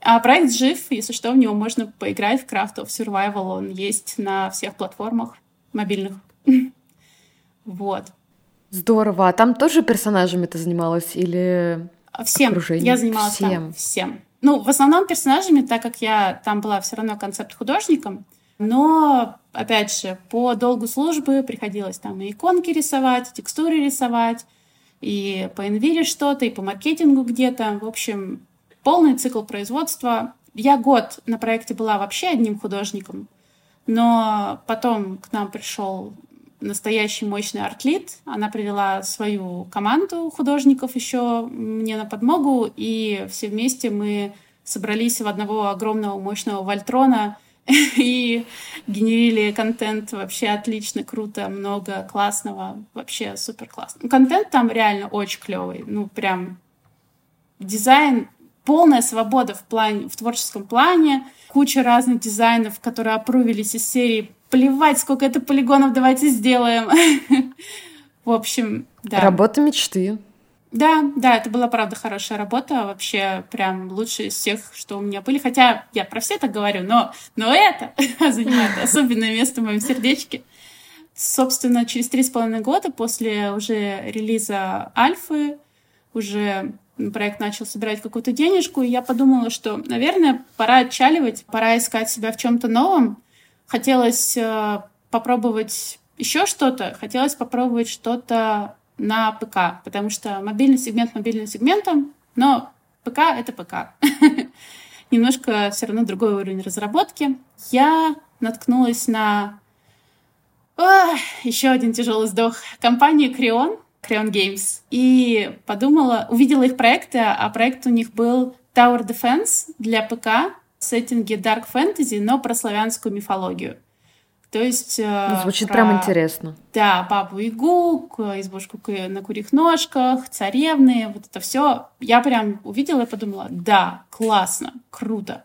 [SPEAKER 3] А проект жив, если что, в него можно поиграть в Craft of Survival. Он есть на всех платформах мобильных. Вот.
[SPEAKER 2] Здорово. А там тоже персонажами ты занималась или
[SPEAKER 3] Всем.
[SPEAKER 2] окружением?
[SPEAKER 3] Я занималась там всем. Ну, в основном персонажами, так как я там была все равно концепт-художником. Но, опять же, по долгу службы приходилось там и иконки рисовать, и текстуры рисовать, и по Enviri что-то, и по маркетингу где-то. В общем, полный цикл производства. Я год на проекте была вообще одним художником, но потом к нам пришел настоящий мощный арт-лид. Она привела свою команду художников еще мне на подмогу, и все вместе мы собрались в одного огромного мощного Вольтрона и генерили контент вообще отлично, круто, много классного, вообще супер классно. Контент там реально очень клевый, ну прям дизайн, полная свобода в творческом плане, куча разных дизайнов, которые опрувились из серии «Плевать, сколько это полигонов, давайте сделаем». В общем, да.
[SPEAKER 2] Работа мечты.
[SPEAKER 3] Да, это была, правда, хорошая работа, вообще прям лучшая из всех, что у меня были. Хотя я про все так говорю, но это занимает особенное место в моем сердечке. Собственно, через 3,5 года после уже релиза Альфы, уже проект начал собирать какую-то денежку, и я подумала, что, наверное, пора отчаливать, пора искать себя в чем-то новом. Хотелось попробовать еще что-то, хотелось попробовать что-то на ПК, потому что мобильный сегмент мобильным сегментом, но ПК — это ПК. Немножко все равно другой уровень разработки. Я наткнулась на еще один тяжелый вздох. Компанию Creon Games. И подумала, увидела их проекты, а проект у них был Tower Defense для ПК в сеттинге Dark Fantasy, но про славянскую мифологию. То есть...
[SPEAKER 2] Звучит прям интересно.
[SPEAKER 3] Да, Бабу-Ягу, избушку на курьих ножках, царевны, вот это все. Я прям увидела и подумала, да, классно, круто.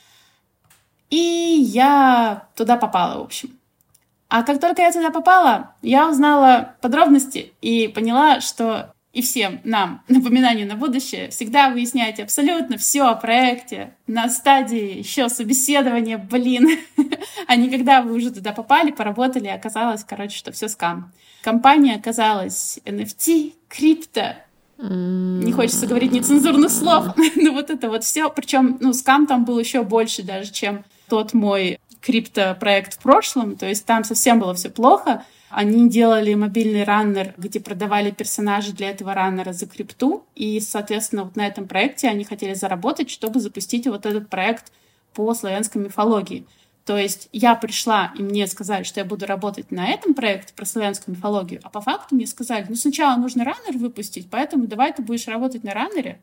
[SPEAKER 3] И я туда попала, в общем. А как только я туда попала, я узнала подробности и поняла, что и всем нам, напоминание на будущее, всегда выясняйте абсолютно все о проекте на стадии еще собеседования, а не когда вы уже туда попали, поработали, и оказалось, что все скам. Компания оказалась NFT, крипто, не хочется говорить нецензурных слов, но вот это вот все, причем, скам там был еще больше даже, чем тот мой криптопроект в прошлом, то есть там совсем было все плохо. Они делали мобильный раннер, где продавали персонажей для этого раннера за крипту, и, соответственно, вот на этом проекте они хотели заработать, чтобы запустить вот этот проект по славянской мифологии. То есть я пришла, и мне сказали, что я буду работать на этом проекте про славянскую мифологию, а по факту мне сказали, сначала нужно раннер выпустить, поэтому давай ты будешь работать на раннере,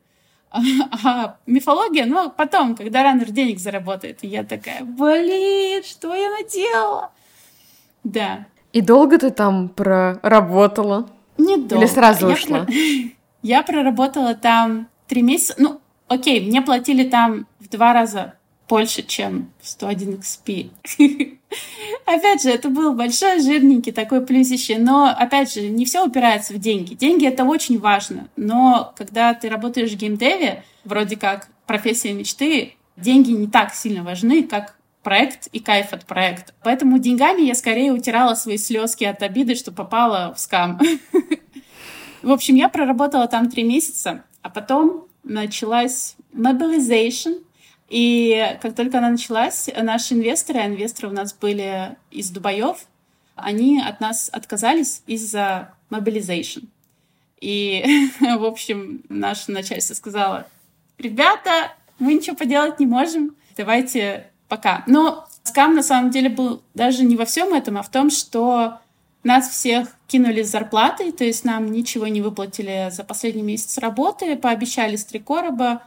[SPEAKER 3] а мифология, потом, когда раннер денег заработает. И я такая, что я наделала? Да.
[SPEAKER 2] И долго ты там проработала?
[SPEAKER 3] Недолго.
[SPEAKER 2] Или сразу ушла?
[SPEAKER 3] Я проработала там 3 месяца. Окей, мне платили там в 2 раза больше, чем в 101 XP. Опять же, это был большой, жирненький такой плюсище, но, опять же, не все упирается в деньги. Деньги — это очень важно, но когда ты работаешь в геймдеве, вроде как профессия мечты, деньги не так сильно важны, как проект и кайф от проекта. Поэтому деньгами я скорее утирала свои слезки от обиды, что попала в скам. В общем, я проработала там 3 месяца, а потом началась mobilization. И как только она началась, наши инвесторы у нас были из Дубаев, они от нас отказались из-за mobilization. И, в общем, наше начальство сказало, ребята, мы ничего поделать не можем, давайте пока. Но скам на самом деле был даже не во всем этом, а в том, что нас всех кинули с зарплатой, то есть нам ничего не выплатили за последний месяц работы, пообещали с 3 короба.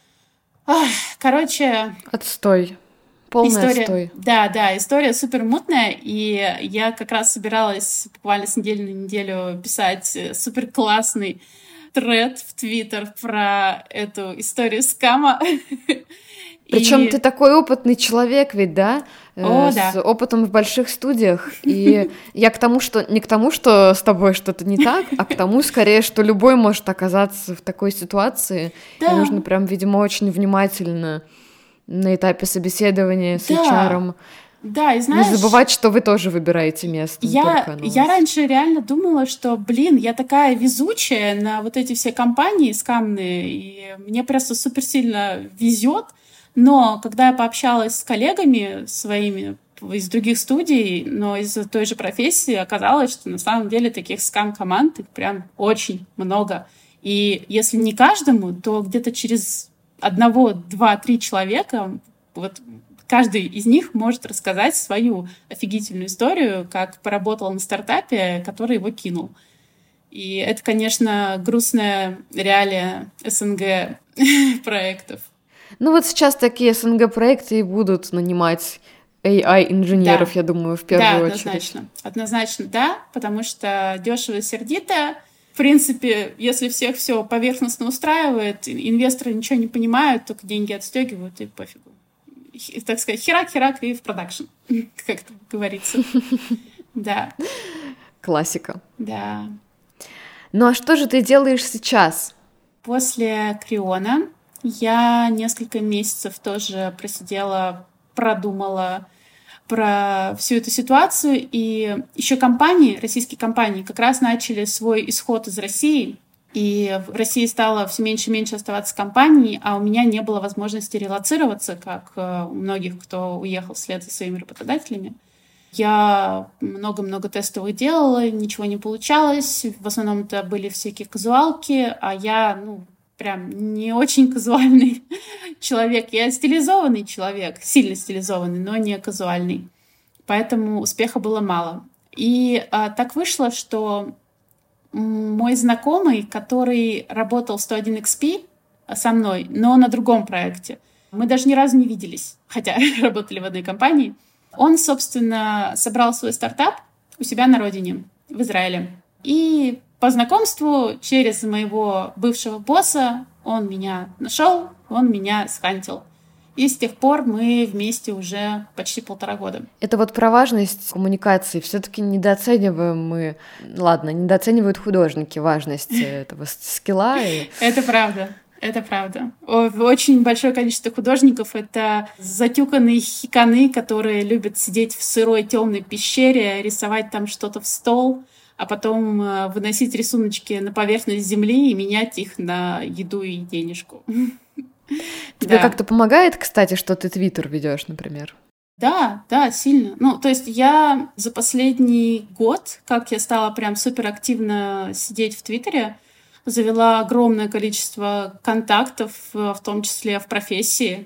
[SPEAKER 2] Отстой. Полный отстой.
[SPEAKER 3] Да, история супер мутная, и я как раз собиралась буквально с недели на неделю писать супер классный тред в Твиттер про эту историю скама.
[SPEAKER 2] Причем ты такой опытный человек ведь, да? С опытом в больших студиях. И я не к тому, что с тобой что-то не так, а к тому, скорее, что любой может оказаться в такой ситуации. Да. И нужно прям, видимо, очень внимательно на этапе собеседования с HR.
[SPEAKER 3] Да, и знаешь...
[SPEAKER 2] Не забывать, что вы тоже выбираете место.
[SPEAKER 3] Я раньше реально думала, что, я такая везучая на вот эти все компании скамные, и мне просто супер сильно везет. Но когда я пообщалась с коллегами своими из других студий, но из той же профессии, оказалось, что на самом деле таких скам-команд их прям очень много. И если не каждому, то где-то через 1, 2, 3 человека вот каждый из них может рассказать свою офигительную историю, как поработал на стартапе, который его кинул. И это, конечно, грустная реалия СНГ проектов.
[SPEAKER 2] Ну вот сейчас такие СНГ-проекты и будут нанимать AI-инженеров, я думаю, в первую очередь.
[SPEAKER 3] Однозначно, да, потому что дешево и сердито. В принципе, если всех все поверхностно устраивает, инвесторы ничего не понимают, только деньги отстегивают и пофигу. Так сказать, херак-херак и в продакшн, как это говорится. Да.
[SPEAKER 2] Классика.
[SPEAKER 3] Да.
[SPEAKER 2] Ну а что же ты делаешь сейчас?
[SPEAKER 3] После Криона я несколько месяцев тоже просидела, продумала про всю эту ситуацию. И еще российские компании, как раз начали свой исход из России. И в России стало все меньше и меньше оставаться компаний, а у меня не было возможности релоцироваться, как у многих, кто уехал вслед за своими работодателями. Я много-много тестовых делала, ничего не получалось. В основном это были всякие казуалки, а я, прям не очень казуальный человек. Я стилизованный человек, сильно стилизованный, но не казуальный. Поэтому успеха было мало. И так вышло, что мой знакомый, который работал в 101XP со мной, но на другом проекте, мы даже ни разу не виделись, хотя работали в одной компании, он, собственно, собрал свой стартап у себя на родине, в Израиле. И по знакомству через моего бывшего босса он меня нашел, он меня схантил. И с тех пор мы вместе уже почти 1,5 года.
[SPEAKER 2] Это вот про важность коммуникации. Все-таки недооценивают художники важность этого скилла.
[SPEAKER 3] Это правда. Это правда. Очень большое количество художников — это затюканные хиканы, которые любят сидеть в сырой темной пещере, рисовать там что-то в стол, а потом выносить рисуночки на поверхность земли и менять их на еду и денежку.
[SPEAKER 2] Тебе как-то помогает, кстати, что ты Твиттер ведешь, например?
[SPEAKER 3] Да, сильно. То есть я за последний год, как я стала прям суперактивно сидеть в Твиттере, завела огромное количество контактов, в том числе в профессии.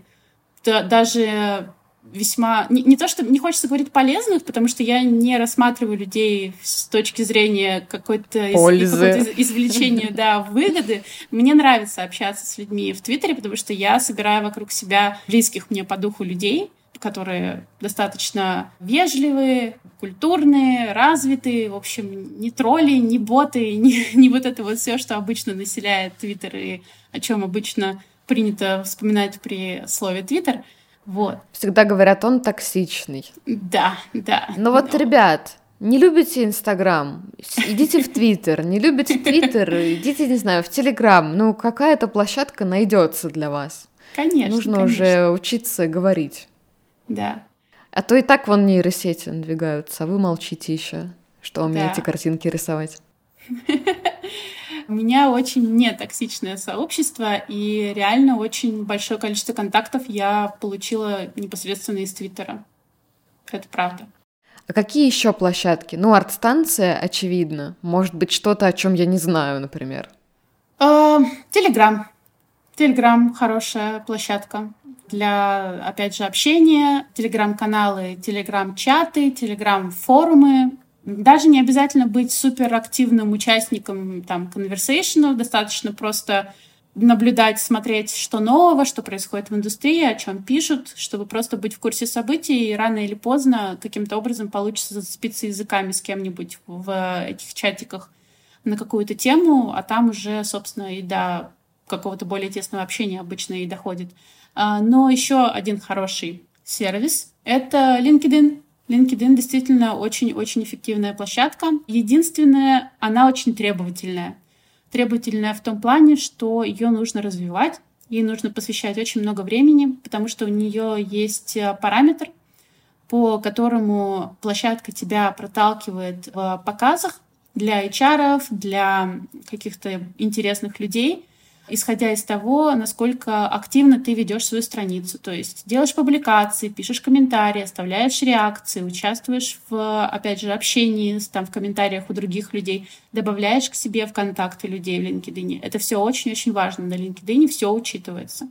[SPEAKER 3] Даже весьма... Не то, что не хочется говорить полезных, потому что я не рассматриваю людей с точки зрения какой-то извлечения, выгоды. Мне нравится общаться с людьми в Твиттере, потому что я собираю вокруг себя близких мне по духу людей, которые достаточно вежливые, культурные, развитые, в общем, не тролли, не боты, не вот это вот все, что обычно населяет Твиттер и о чем обычно принято вспоминать при слове Твиттер. Вот.
[SPEAKER 2] Всегда говорят, он токсичный.
[SPEAKER 3] Да.
[SPEAKER 2] Ребят, не любите Инстаграм, идите в Твиттер. Не любите Твиттер, идите, не знаю, в Телеграм. Какая-то площадка найдется для вас.
[SPEAKER 3] Конечно.
[SPEAKER 2] Нужно уже учиться говорить.
[SPEAKER 3] Да.
[SPEAKER 2] А то и так вон нейросети надвигаются, а вы молчите еще, что умеете картинки рисовать.
[SPEAKER 3] У меня очень нетоксичное сообщество, и реально очень большое количество контактов я получила непосредственно из Твиттера. Это правда.
[SPEAKER 2] А какие еще площадки? Арт-станция, очевидно. Может быть, что-то, о чем я не знаю, например.
[SPEAKER 3] Телеграм. Телеграм — хорошая площадка для, опять же, общения. Телеграм-каналы, телеграм-чаты, телеграм-форумы. Даже не обязательно быть суперактивным участником конверсейшенов, достаточно просто наблюдать, смотреть, что нового, что происходит в индустрии, о чем пишут, чтобы просто быть в курсе событий, и рано или поздно каким-то образом получится зацепиться языками с кем-нибудь в этих чатиках на какую-то тему, а там уже, собственно, и до какого-то более тесного общения обычно и доходит. Но еще один хороший сервис — это LinkedIn. LinkedIn действительно очень-очень эффективная площадка. Единственное, она очень требовательная. Требовательная в том плане, что ее нужно развивать. ей нужно посвящать очень много времени, потому что у нее есть параметр, по которому площадка тебя проталкивает в показах для HR, для каких-то интересных людей, исходя из того, насколько активно ты ведешь свою страницу. То есть делаешь публикации, пишешь комментарии, оставляешь реакции, участвуешь в, опять же, общении там, в комментариях у других людей, добавляешь к себе в контакты людей в LinkedIn. Это все очень-очень важно. На LinkedIn все учитывается.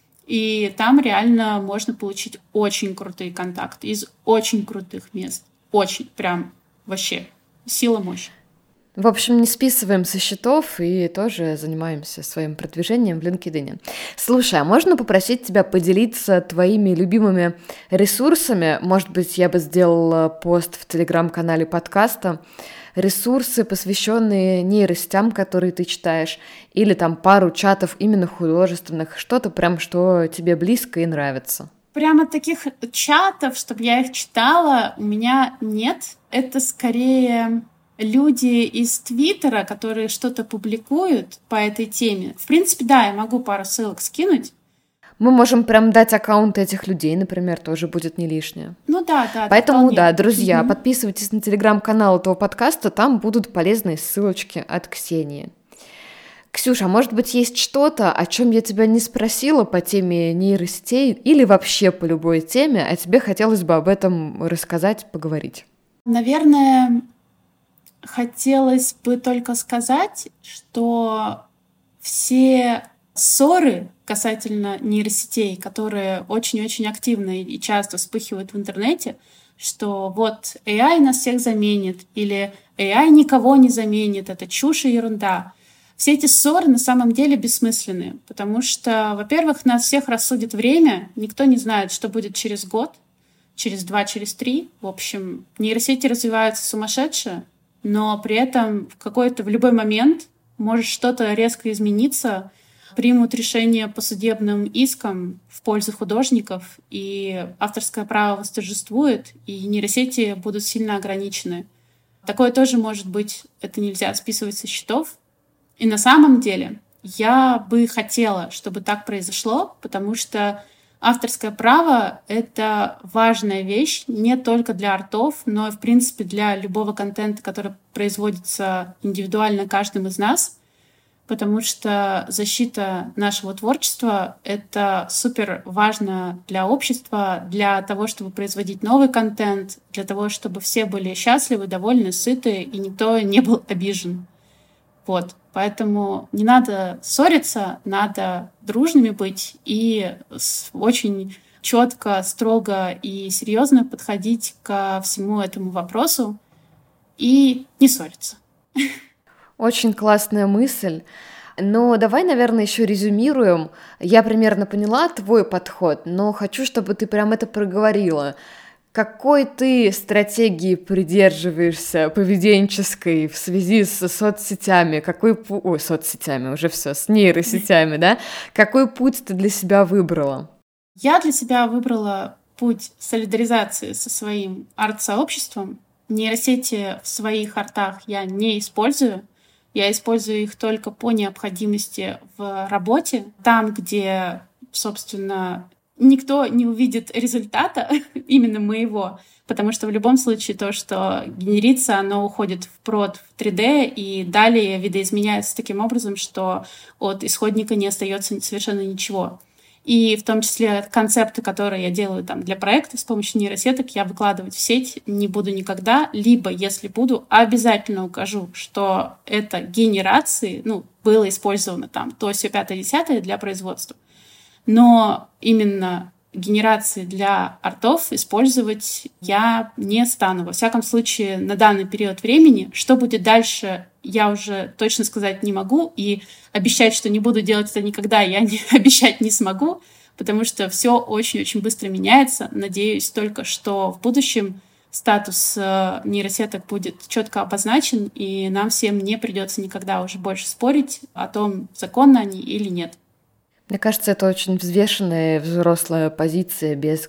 [SPEAKER 3] И там реально можно получить очень крутые контакты из очень крутых мест. Очень, прям вообще сила, мощь.
[SPEAKER 2] В общем, не списываем со счетов и тоже занимаемся своим продвижением в LinkedIn. Слушай, а можно попросить тебя поделиться твоими любимыми ресурсами? Может быть, я бы сделала пост в телеграм-канале подкаста. Ресурсы, посвященные нейросетям, которые ты читаешь, или там пару чатов именно художественных, что-то прям, что тебе близко и нравится.
[SPEAKER 3] Прямо таких чатов, чтобы я их читала, у меня нет. Это скорее люди из Твиттера, которые что-то публикуют по этой теме. В принципе, да, я могу пару ссылок скинуть.
[SPEAKER 2] Мы можем прям дать аккаунты этих людей, например, тоже будет не лишнее.
[SPEAKER 3] Ну да.
[SPEAKER 2] Поэтому, да, друзья, подписывайтесь на телеграм-канал этого подкаста, там будут полезные ссылочки от Ксении. Ксюша, а может быть, есть что-то, о чем я тебя не спросила по теме нейросетей или вообще по любой теме, а тебе хотелось бы об этом рассказать, поговорить?
[SPEAKER 3] Наверное, хотелось бы только сказать, что все ссоры касательно нейросетей, которые очень-очень активно и часто вспыхивают в интернете, что вот AI нас всех заменит, или AI никого не заменит, это чушь и ерунда. Все эти ссоры на самом деле бессмысленные, потому что, во-первых, нас всех рассудит время, никто не знает, что будет через год, через 2, через 3. В общем, нейросети развиваются сумасшедше, но при этом в любой момент может что-то резко измениться, примут решение по судебным искам в пользу художников, и авторское право восторжествует, и нейросети будут сильно ограничены. Такое тоже может быть, это нельзя списывать со счетов. И на самом деле я бы хотела, чтобы так произошло, потому что авторское право — это важная вещь не только для артов, но и, в принципе, для любого контента, который производится индивидуально каждым из нас, потому что защита нашего творчества — это супер важно для общества, для того, чтобы производить новый контент, для того, чтобы все были счастливы, довольны, сыты, и никто не был обижен. Вот. Поэтому не надо ссориться, надо дружными быть и очень четко, строго и серьезно подходить ко всему этому вопросу и не ссориться.
[SPEAKER 2] Очень классная мысль. Но давай, наверное, еще резюмируем. Я примерно поняла твой подход, но хочу, чтобы ты прям это проговорила. Какой ты стратегии придерживаешься поведенческой в связи с соцсетями? Соцсетями, уже все, с нейросетями, да? Какой путь ты для себя выбрала?
[SPEAKER 3] Я для себя выбрала путь солидаризации со своим арт-сообществом. Нейросети в своих артах я не использую. Я использую их только по необходимости в работе. Там, где, собственно, никто не увидит результата именно моего, потому что в любом случае то, что генерится, оно уходит в прод в 3D и далее видоизменяется таким образом, что от исходника не остается совершенно ничего. И в том числе концепты, которые я делаю там для проекта с помощью нейросеток, я выкладывать в сеть не буду никогда, либо, если буду, обязательно укажу, что это генерации, было использовано там то, сё, 5-10 для производства. Но именно генерации для артов использовать я не стану. Во всяком случае, на данный период времени. Что будет дальше, я уже точно сказать не могу. И обещать, что не буду делать это никогда, я обещать не смогу, потому что все очень-очень быстро меняется. Надеюсь только, что в будущем статус нейросеток будет четко обозначен, и нам всем не придется никогда уже больше спорить о том, законно они или нет.
[SPEAKER 2] Мне кажется, это очень взвешенная взрослая позиция, без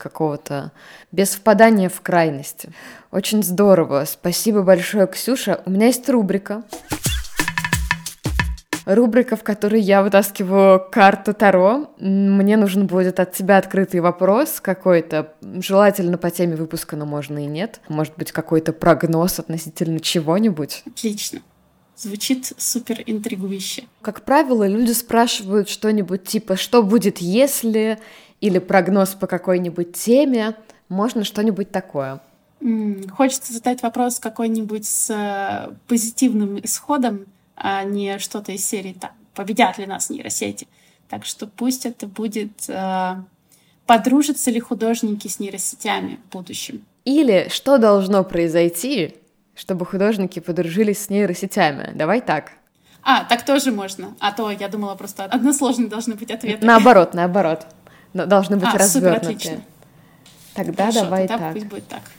[SPEAKER 2] впадания в крайности. Очень здорово. Спасибо большое, Ксюша. У меня есть рубрика. рубрика, в которой я вытаскиваю карту Таро. Мне нужен будет от тебя открытый вопрос какой-то, желательно по теме выпуска, но можно и нет. Может быть, какой-то прогноз относительно чего-нибудь.
[SPEAKER 3] Отлично. Звучит супер интригующе.
[SPEAKER 2] Как правило, люди спрашивают что-нибудь типа «что будет, если?» или прогноз по какой-нибудь теме. Можно что-нибудь такое.
[SPEAKER 3] Хочется задать вопрос какой-нибудь с позитивным исходом, а не что-то из серии там «победят ли нас нейросети?». Так что пусть это будет «подружатся ли художники с нейросетями в будущем?».
[SPEAKER 2] Или «что должно произойти, чтобы художники подружились с нейросетями?». Давай так.
[SPEAKER 3] Так тоже можно. А то я думала, просто односложные должны быть ответы.
[SPEAKER 2] Наоборот. Должны быть
[SPEAKER 3] супер,
[SPEAKER 2] развернутые.
[SPEAKER 3] отлично.
[SPEAKER 2] Тогда
[SPEAKER 3] Хорошо,
[SPEAKER 2] давай
[SPEAKER 3] тогда
[SPEAKER 2] так.
[SPEAKER 3] пусть будет так.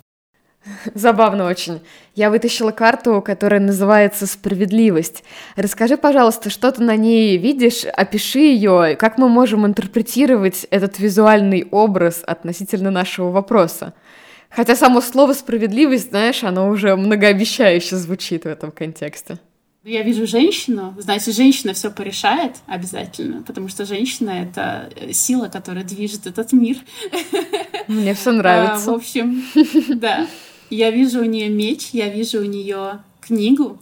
[SPEAKER 2] Забавно очень. Я вытащила карту, которая называется «Справедливость». Расскажи, пожалуйста, что ты на ней видишь, опиши ее, как мы можем интерпретировать этот визуальный образ относительно нашего вопроса. Хотя само слово «справедливость», знаешь, оно уже многообещающе звучит в этом контексте.
[SPEAKER 3] Я вижу женщину, значит, женщина все порешает обязательно, потому что женщина — это сила, которая движет этот мир.
[SPEAKER 2] Мне все нравится.
[SPEAKER 3] В общем, да. Я вижу у нее меч, я вижу у нее книгу,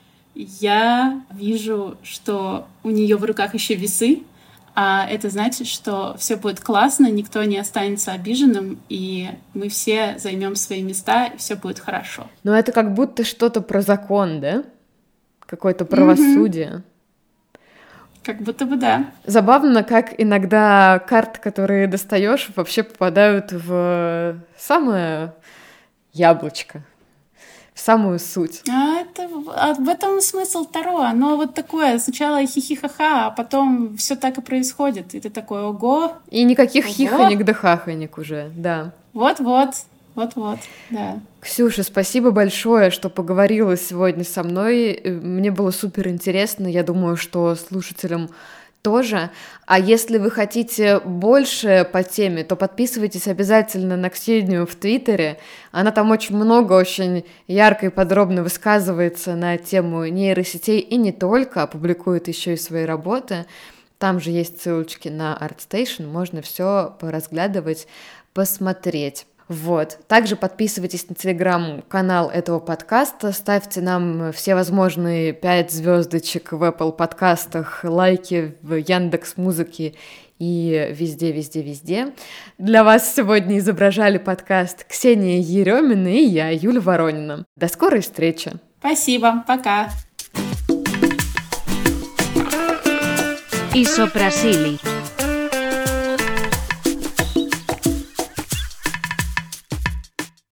[SPEAKER 3] я вижу, что у нее в руках еще весы, а это значит, что все будет классно, никто не останется обиженным, и мы все займем свои места, и все будет хорошо.
[SPEAKER 2] Но это как будто что-то про закон, да? Какое-то правосудие.
[SPEAKER 3] Как будто бы да.
[SPEAKER 2] Забавно, как иногда карты, которые достаешь, вообще попадают в самое яблочко, в самую суть.
[SPEAKER 3] В этом смысл Таро. Оно вот такое, сначала хихи-ха-ха, а потом все так и происходит. И ты такой, ого.
[SPEAKER 2] И никаких хихонек да хахонек уже, да.
[SPEAKER 3] Вот-вот, да.
[SPEAKER 2] Ксюша, спасибо большое, что поговорила сегодня со мной. Мне было супер интересно. Я думаю, что слушателям тоже. А если вы хотите больше по теме, то подписывайтесь обязательно на Ксению в Твиттере. Она там очень много, очень ярко и подробно высказывается на тему нейросетей и не только, публикует еще и свои работы. Там же есть ссылочки на ArtStation, можно все поразглядывать, посмотреть. Вот. Также подписывайтесь на телеграм-канал этого подкаста, ставьте нам все возможные 5 звездочек в Apple подкастах, лайки в Яндекс.Музыке и везде. Для вас сегодня изображали подкаст Ксения Еремина и я, Юля Воронина. До скорой встречи!
[SPEAKER 3] Спасибо, пока!
[SPEAKER 1] Isoprasili.